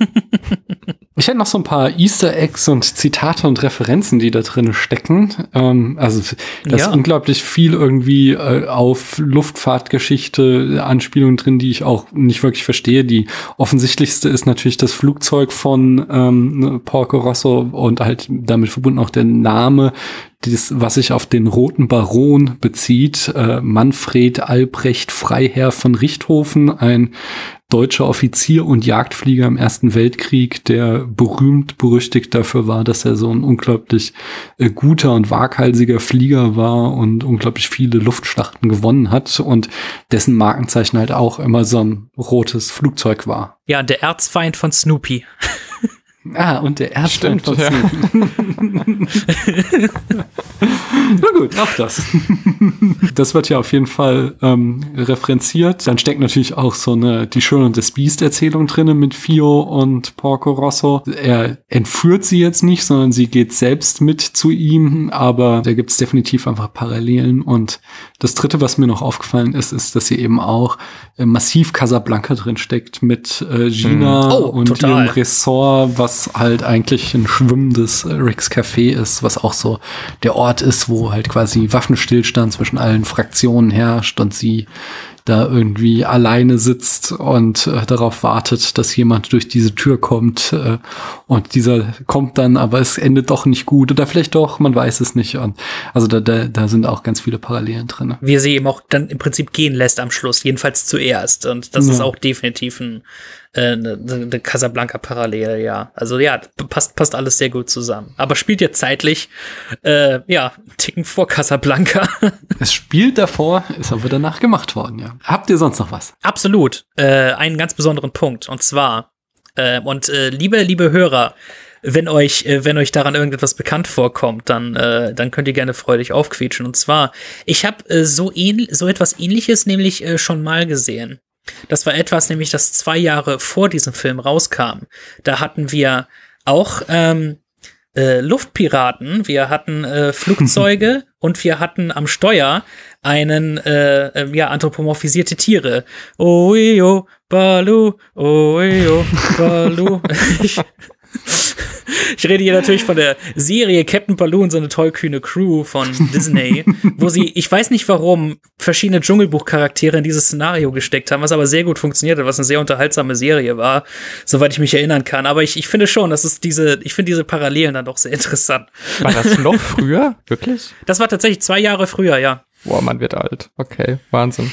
Speaker 1: Ich hätte noch so ein paar Easter Eggs und Zitate und Referenzen, die da drin stecken. Ähm, also da ist ja. unglaublich viel irgendwie äh, auf Luftfahrtgeschichte, Anspielungen drin, die ich auch nicht wirklich verstehe. Die offensichtlichste ist natürlich das Flugzeug von ähm, Porco Rosso und halt damit verbunden auch der Name, dieses, was sich auf den Roten Baron bezieht. Äh, Manfred Albrecht Freiherr von Richthofen, ein deutscher Offizier und Jagdflieger im Ersten Weltkrieg, der berühmt berüchtigt dafür war, dass er so ein unglaublich äh, guter und waghalsiger Flieger war und unglaublich viele Luftschlachten gewonnen hat und dessen Markenzeichen halt auch immer so ein rotes Flugzeug war.
Speaker 2: Ja, der Erzfeind von Snoopy.
Speaker 1: Ah, und der Erzfeind von ja. Snoopy. Na gut, auch das. Das wird ja auf jeden Fall ähm, referenziert. Dann steckt natürlich auch so eine Die Schöne und das Biest Erzählung drinne mit Fio und Porco Rosso. Er entführt sie jetzt nicht, sondern sie geht selbst mit zu ihm, aber da gibt es definitiv einfach Parallelen. Und das Dritte, was mir noch aufgefallen ist, ist, dass hier eben auch äh, massiv Casablanca drin steckt mit äh, Gina
Speaker 2: oh,
Speaker 1: und
Speaker 2: total.
Speaker 1: ihrem Ressort, was halt eigentlich ein schwimmendes Rick's Café ist, was auch so der Ort ist, wo halt quasi Waffenstillstand zwischen allen Fraktionen herrscht und sie da irgendwie alleine sitzt und äh, darauf wartet, dass jemand durch diese Tür kommt äh, und dieser kommt dann, aber es endet doch nicht gut oder vielleicht doch, man weiß es nicht. Und also da, da, da sind auch ganz viele Parallelen drin.
Speaker 2: Wie er sie eben auch dann im Prinzip gehen lässt am Schluss, jedenfalls zuerst. Und das ja. ist auch definitiv ein eine, eine Casablanca-Parallele, ja. Also ja, passt passt alles sehr gut zusammen. Aber spielt ja zeitlich, äh, ja, einen Ticken vor Casablanca.
Speaker 1: Es spielt davor, ist aber danach gemacht worden, ja. Habt ihr sonst noch was?
Speaker 2: Absolut. Äh, einen ganz besonderen Punkt. Und zwar, äh, und äh, liebe, liebe Hörer, wenn euch, äh, wenn euch daran irgendetwas bekannt vorkommt, dann, äh, dann könnt ihr gerne freudig aufquietschen. Und zwar, ich habe äh, so, ähn- so etwas Ähnliches nämlich äh, schon mal gesehen. Das war etwas, nämlich das zwei Jahre vor diesem Film rauskam. Da hatten wir auch ähm, äh, Luftpiraten, wir hatten äh, Flugzeuge und wir hatten am Steuer einen, äh, äh, ja, anthropomorphisierte Tiere. Oeo, Balu, Oeo, Balu. ich, Ich rede hier natürlich von der Serie Captain Baloo und so eine tollkühne Crew von Disney, wo sie, ich weiß nicht warum, verschiedene Dschungelbuch-Charaktere in dieses Szenario gesteckt haben, was aber sehr gut funktioniert hat, was eine sehr unterhaltsame Serie war, soweit ich mich erinnern kann. Aber ich, ich finde schon, dass es diese, ich finde diese Parallelen dann doch sehr interessant.
Speaker 3: War das noch früher? Wirklich?
Speaker 2: Das war tatsächlich zwei Jahre früher, ja.
Speaker 3: Boah, man wird alt. Okay, Wahnsinn.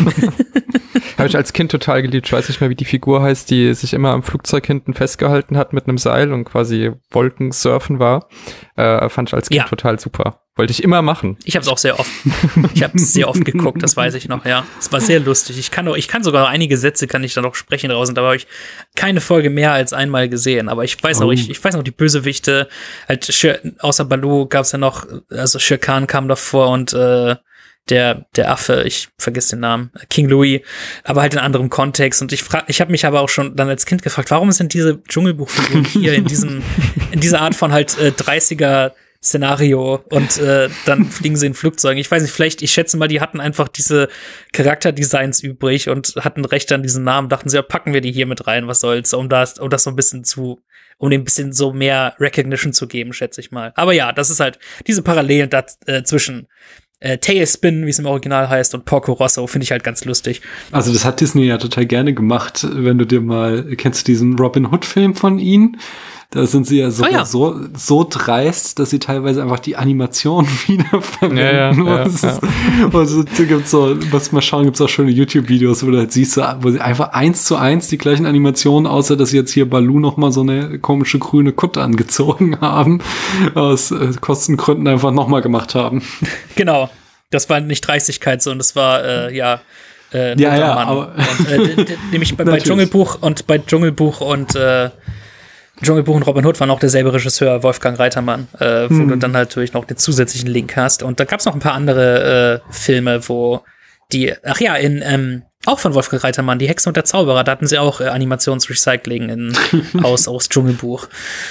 Speaker 3: Habe ich als Kind total geliebt. Ich weiß nicht mehr, wie die Figur heißt, die sich immer am Flugzeug hinten festgehalten hat mit einem Seil und quasi Wolkensurfen war. Äh, fand ich als Kind ja. total super. Wollte ich immer machen.
Speaker 2: Ich habe es auch sehr oft. Ich habe es sehr oft geguckt, das weiß ich noch, ja. Es war sehr lustig. Ich kann, auch, ich kann sogar einige Sätze, kann ich dann noch sprechen draus. Und da habe ich keine Folge mehr als einmal gesehen. Aber ich weiß
Speaker 1: oh.
Speaker 2: noch, ich, ich weiß noch, die Bösewichte, halt, Shir, außer Baloo gab es ja noch, also Shere Khan kam davor und äh, der der Affe, ich vergesse den Namen, King Louis, aber halt in anderem Kontext. Und ich frag, ich habe mich aber auch schon dann als Kind gefragt, warum sind diese Dschungelbuchfiguren hier in diesem, in dieser Art von halt äh, dreißiger Szenario und äh, dann fliegen sie in Flugzeugen. Ich weiß nicht, vielleicht, ich schätze mal, die hatten einfach diese Charakterdesigns übrig und hatten Recht an diesen Namen, dachten sie, ja, packen wir die hier mit rein, was soll's, um das, um das so ein bisschen zu, um dem ein bisschen so mehr Recognition zu geben, schätze ich mal. Aber ja, das ist halt diese Parallelen da, äh, zwischen äh, Tailspin, wie es im Original heißt, und Porco Rosso, finde ich halt ganz lustig.
Speaker 1: Also das hat Disney ja total gerne gemacht, wenn du dir mal, kennst du diesen Robin Hood-Film von ihnen? Da sind sie ja sogar oh ja. so so dreist, dass sie teilweise einfach die Animation wiederverwenden. Ja, ja, ja, ist, ja. Also, da gibt's so, was mal schauen, gibt's auch schöne YouTube-Videos, wo du halt siehst, wo sie einfach eins zu eins die gleichen Animationen, außer dass sie jetzt hier Baloo noch mal so eine komische grüne Kutte angezogen haben, aus äh, Kostengründen einfach noch mal gemacht haben.
Speaker 2: Genau. Das war nicht Dreistigkeit, sondern das war, äh, ja, äh,
Speaker 1: ja, ja, aber
Speaker 2: und, äh, nämlich bei, bei Dschungelbuch und bei Dschungelbuch und äh, Dschungelbuch und Robin Hood waren auch derselbe Regisseur, Wolfgang Reitermann, äh, wo hm. du dann natürlich noch den zusätzlichen Link hast. Und da gab es noch ein paar andere äh, Filme, wo die, ach ja, in ähm, auch von Wolfgang Reitermann, Die Hexe und der Zauberer, da hatten sie auch äh, Animationsrecycling in, aus, aus Dschungelbuch.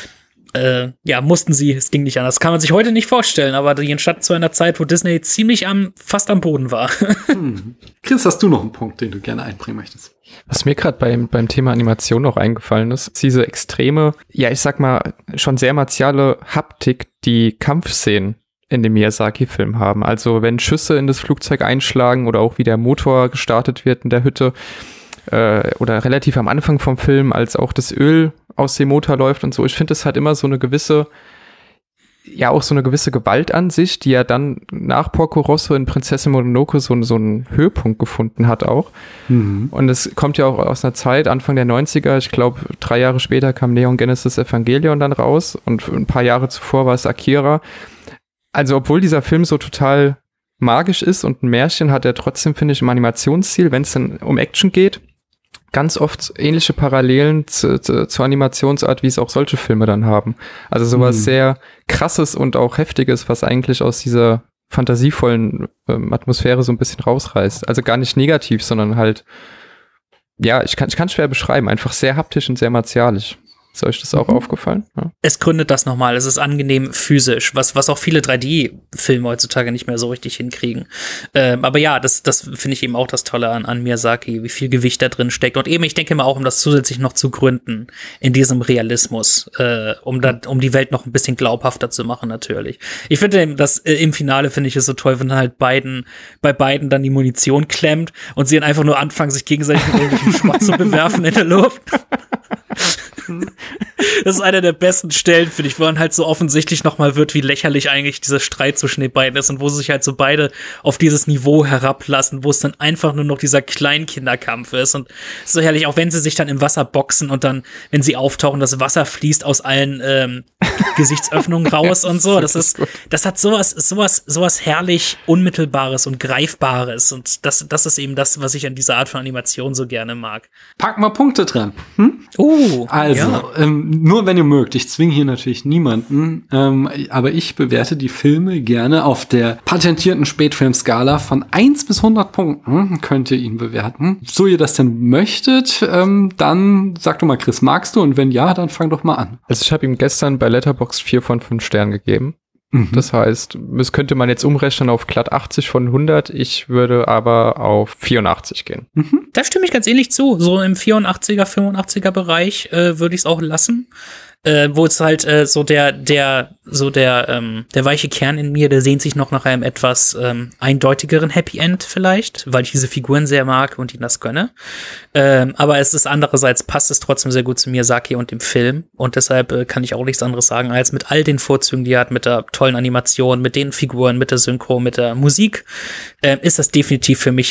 Speaker 2: Äh, ja, mussten sie, es ging nicht anders. Kann man sich heute nicht vorstellen, aber die entstand zu einer Zeit, wo Disney ziemlich am, fast am Boden war.
Speaker 1: hm. Chris, hast du noch einen Punkt, den du gerne einbringen möchtest?
Speaker 3: Was mir gerade beim, beim Thema Animation noch eingefallen ist, ist diese extreme, ja, ich sag mal, schon sehr martiale Haptik, die Kampfszenen in dem Miyazaki-Film haben. Also wenn Schüsse in das Flugzeug einschlagen oder auch wie der Motor gestartet wird in der Hütte, äh, oder relativ am Anfang vom Film, als auch das Öl aus dem Motor läuft und so. Ich finde, es hat immer so eine gewisse, ja auch so eine gewisse Gewalt an sich, die ja dann nach Porco Rosso in Prinzessin Mononoke so, so einen Höhepunkt gefunden hat auch. Mhm. Und es kommt ja auch aus einer Zeit, Anfang der neunziger, ich glaube drei Jahre später kam Neon Genesis Evangelion dann raus und ein paar Jahre zuvor war es Akira. Also obwohl dieser Film so total magisch ist und ein Märchen, hat er trotzdem, finde ich, im Animationsstil, wenn es dann um Action geht, ganz oft ähnliche Parallelen zu, zu, zur Animationsart, wie es auch solche Filme dann haben. Also sowas mhm. sehr Krasses und auch Heftiges, was eigentlich aus dieser fantasievollen ähm, Atmosphäre so ein bisschen rausreißt. Also gar nicht negativ, sondern halt, ja, ich kann ich kann schwer beschreiben, einfach sehr haptisch und sehr martialisch. Ist euch das auch mhm. aufgefallen? Ja.
Speaker 2: Es gründet das nochmal. Es ist angenehm physisch, was was auch viele drei D-Filme heutzutage nicht mehr so richtig hinkriegen. Ähm, aber ja, das das finde ich eben auch das Tolle an, an Miyazaki, wie viel Gewicht da drin steckt. Und eben, ich denke mal auch, um das zusätzlich noch zu gründen in diesem Realismus, äh, um da, um die Welt noch ein bisschen glaubhafter zu machen, natürlich. Ich finde, das äh, im Finale finde ich es so toll, wenn halt beiden, bei beiden dann die Munition klemmt und sie dann einfach nur anfangen, sich gegenseitig mit irgendwelchen Schrott zu bewerfen in der Luft. Das ist einer der besten Stellen, finde ich, wo dann halt so offensichtlich nochmal wird, wie lächerlich eigentlich dieser Streit zwischen den beiden ist und wo sie sich halt so beide auf dieses Niveau herablassen, wo es dann einfach nur noch dieser Kleinkinderkampf ist und so herrlich, auch wenn sie sich dann im Wasser boxen und dann, wenn sie auftauchen, das Wasser fließt aus allen ähm, Gesichtsöffnungen raus und so. Das ist, das hat sowas, sowas, sowas herrlich Unmittelbares und Greifbares und das, das ist eben das, was ich an dieser Art von Animation so gerne mag.
Speaker 1: Pack mal Punkte dran. Hm?
Speaker 2: Uh,
Speaker 1: also, ja. ähm, nur wenn ihr mögt. Ich zwinge hier natürlich niemanden, ähm, aber ich bewerte die Filme gerne auf der patentierten Spätfilmskala von eins bis hundert Punkten. Könnt ihr ihn bewerten. So ihr das denn möchtet, ähm, dann sag doch mal, Chris, magst du? Und wenn ja, dann fang doch mal an.
Speaker 3: Also ich habe ihm gestern bei Letterboxd vier von fünf Sternen gegeben. Mhm. Das heißt, das könnte man jetzt umrechnen auf glatt achtzig von hundert. Ich würde aber auf vierundachtzig gehen.
Speaker 2: Mhm. Da stimme ich ganz ähnlich zu. So im vierundachtziger, fünfundachtziger Bereich äh, würde ich es auch lassen. Äh, wo es halt äh, so der, der, so der, ähm, der weiche Kern in mir, der sehnt sich noch nach einem etwas ähm, eindeutigeren Happy End vielleicht, weil ich diese Figuren sehr mag und ihnen das gönne. Ähm, aber es ist andererseits, passt es trotzdem sehr gut zu Miyazaki und dem Film und deshalb äh, kann ich auch nichts anderes sagen, als mit all den Vorzügen, die er hat, mit der tollen Animation, mit den Figuren, mit der Synchro, mit der Musik, äh, ist das definitiv für mich im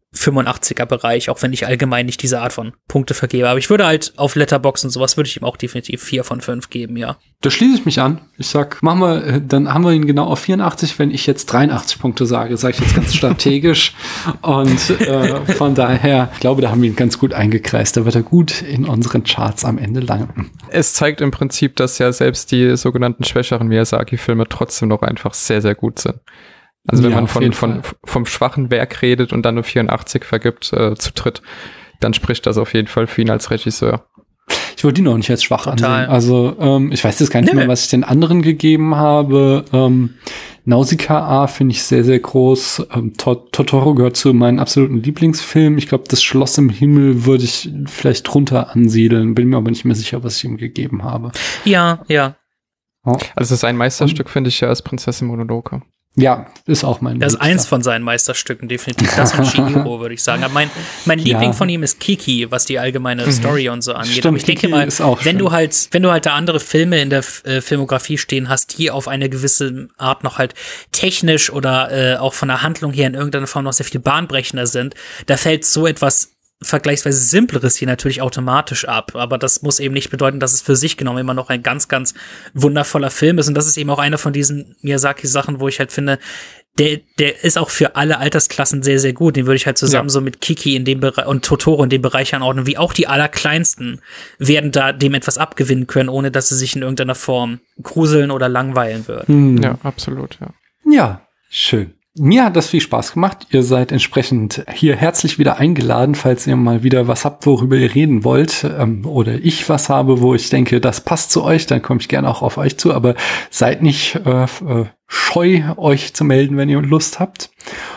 Speaker 2: fünfundachtziger-Bereich, auch wenn ich allgemein nicht diese Art von Punkte vergebe. Aber ich würde halt auf Letterboxd und sowas würde ich ihm auch definitiv vier von fünf geben, ja.
Speaker 1: Da schließe ich mich an. Ich sag, machen wir, dann haben wir ihn genau auf vierundachtzig, wenn ich jetzt dreiundachtzig Punkte sage, sage ich jetzt ganz strategisch. Und äh, von daher, ich glaube, da haben wir ihn ganz gut eingekreist. Da wird er gut in unseren Charts am Ende landen.
Speaker 3: Es zeigt im Prinzip, dass ja selbst die sogenannten schwächeren Miyazaki-Filme trotzdem noch einfach sehr, sehr gut sind. Also wenn ja, man von, von vom schwachen Werk redet und dann nur vierundachtzig vergibt äh, zu dritt, dann spricht das auf jeden Fall für ihn als Regisseur.
Speaker 1: Ich würde ihn auch nicht als schwach
Speaker 2: Total.
Speaker 1: ansehen. Also ähm, ich weiß jetzt gar nicht nee. mehr, was ich den anderen gegeben habe. Ähm, Nausicaa finde ich sehr, sehr groß. Ähm, Totoro gehört zu meinen absoluten Lieblingsfilmen. Ich glaube, das Schloss im Himmel würde ich vielleicht drunter ansiedeln. Bin mir aber nicht mehr sicher, was ich ihm gegeben habe.
Speaker 2: Ja, ja.
Speaker 3: Oh. Also sein Meisterstück finde ich ja als Prinzessin Mononoke.
Speaker 1: Ja, ist auch mein
Speaker 2: Das ist eins von seinen Meisterstücken, definitiv. Das und Chihiro, würde ich sagen. Aber mein, mein Liebling ja. von ihm ist Kiki, was die allgemeine mhm. Story und so angeht.
Speaker 1: Stimmt,
Speaker 2: aber ich denke
Speaker 1: Kiki
Speaker 2: mal,
Speaker 1: ist
Speaker 2: wenn du halt, wenn du halt da andere Filme in der äh, Filmografie stehen hast, die auf eine gewisse Art noch halt technisch oder äh, auch von der Handlung her in irgendeiner Form noch sehr viel bahnbrechender sind, da fällt so etwas vergleichsweise Simpleres hier natürlich automatisch ab, aber das muss eben nicht bedeuten, dass es für sich genommen immer noch ein ganz, ganz wundervoller Film ist und das ist eben auch einer von diesen Miyazaki-Sachen, wo ich halt finde, der, der ist auch für alle Altersklassen sehr, sehr gut, den würde ich halt zusammen ja. so mit Kiki in dem Bereich und Totoro in dem Bereich anordnen, wie auch die Allerkleinsten werden da dem etwas abgewinnen können, ohne dass sie sich in irgendeiner Form gruseln oder langweilen würden.
Speaker 3: Hm. Ja, absolut, ja.
Speaker 1: Ja, schön. Mir hat das viel Spaß gemacht. Ihr seid entsprechend hier herzlich wieder eingeladen, falls ihr mal wieder was habt, worüber ihr reden wollt. Ähm, oder ich was habe, wo ich denke, das passt zu euch, dann komme ich gerne auch auf euch zu. Aber seid nicht äh, äh, scheu, euch zu melden, wenn ihr Lust habt.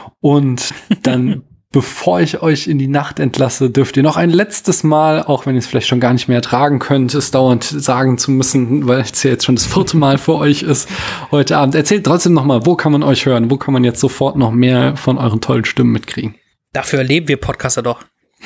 Speaker 1: Und dann bevor ich euch in die Nacht entlasse, dürft ihr noch ein letztes Mal, auch wenn ihr es vielleicht schon gar nicht mehr ertragen könnt, es dauernd sagen zu müssen, weil es ja jetzt schon das vierte Mal für euch ist heute Abend. Erzählt trotzdem noch mal, wo kann man euch hören? Wo kann man jetzt sofort noch mehr von euren tollen Stimmen mitkriegen?
Speaker 2: Dafür erleben wir Podcaster doch.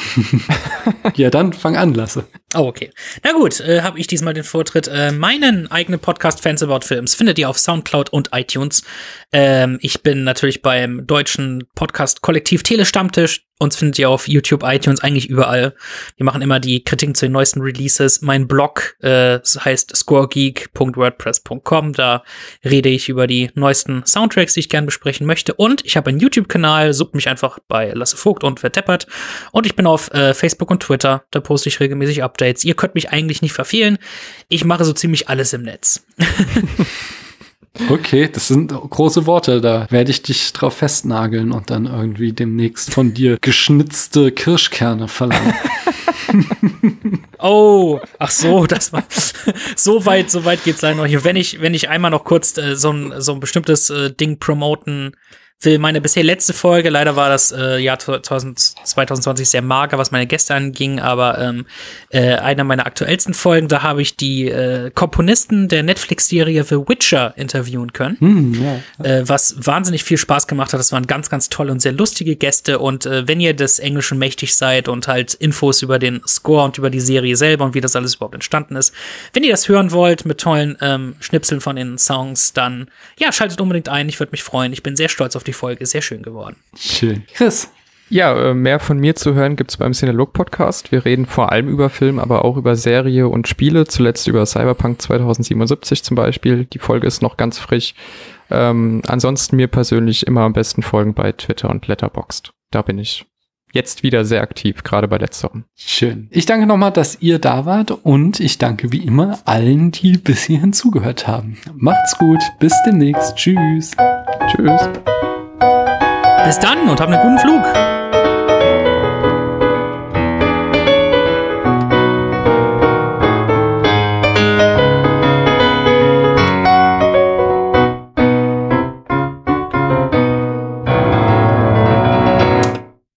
Speaker 1: Ja, dann fang an, Lasse.
Speaker 2: Oh, okay. Na gut, äh, habe ich diesmal den Vortritt. Äh, meinen eigenen Podcast Fans About Films findet ihr auf Soundcloud und iTunes. Ähm, ich bin natürlich beim deutschen Podcast-Kollektiv Telestammtisch. Uns findet ihr auf YouTube, iTunes, eigentlich überall. Wir machen immer die Kritiken zu den neuesten Releases. Mein Blog äh, heißt scoregeek punkt wordpress punkt com. Da rede ich über die neuesten Soundtracks, die ich gerne besprechen möchte. Und ich habe einen YouTube-Kanal, sucht mich einfach bei Lasse Vogt und Verteppert. Und ich bin auf äh, Facebook und Twitter. Da poste ich regelmäßig Updates. Ihr könnt mich eigentlich nicht verfehlen. Ich mache so ziemlich alles im Netz.
Speaker 1: Okay, das sind große Worte. Da werde ich dich drauf festnageln und dann irgendwie demnächst von dir geschnitzte Kirschkerne verlangen.
Speaker 2: Oh, ach so, das war so weit, so weit geht's leider noch hier. Wenn ich, wenn ich einmal noch kurz äh, so ein so ein bestimmtes äh, Ding promoten will, meine bisher letzte Folge, leider war das äh, Jahr zwanzig zwanzig sehr mager, was meine Gäste anging, aber ähm, äh, einer meiner aktuellsten Folgen, da habe ich die äh, Komponisten der Netflix-Serie The Witcher interviewen können, hm, ja. äh, was wahnsinnig viel Spaß gemacht hat. Das waren ganz, ganz tolle und sehr lustige Gäste und äh, wenn ihr des Englischen mächtig seid und halt Infos über den Score und über die Serie selber und wie das alles überhaupt entstanden ist, wenn ihr das hören wollt mit tollen ähm, Schnipseln von den Songs, dann ja, schaltet unbedingt ein, ich würde mich freuen. Ich bin sehr stolz auf die Folge, ist sehr schön geworden.
Speaker 1: Schön. Chris?
Speaker 3: Ja, mehr von mir zu hören gibt's beim Cinelog-Podcast. Wir reden vor allem über Film, aber auch über Serie und Spiele. Zuletzt über Cyberpunk zweitausendsiebenundsiebzig zum Beispiel. Die Folge ist noch ganz frisch. Ähm, ansonsten mir persönlich immer am besten folgen bei Twitter und Letterboxd. Da bin ich jetzt wieder sehr aktiv, gerade bei letzterem.
Speaker 1: Schön. Ich danke nochmal, dass ihr da wart und ich danke wie immer allen, die bis hierhin zugehört haben. Macht's gut, bis demnächst. Tschüss.
Speaker 3: Tschüss.
Speaker 2: Bis dann und habt einen guten Flug.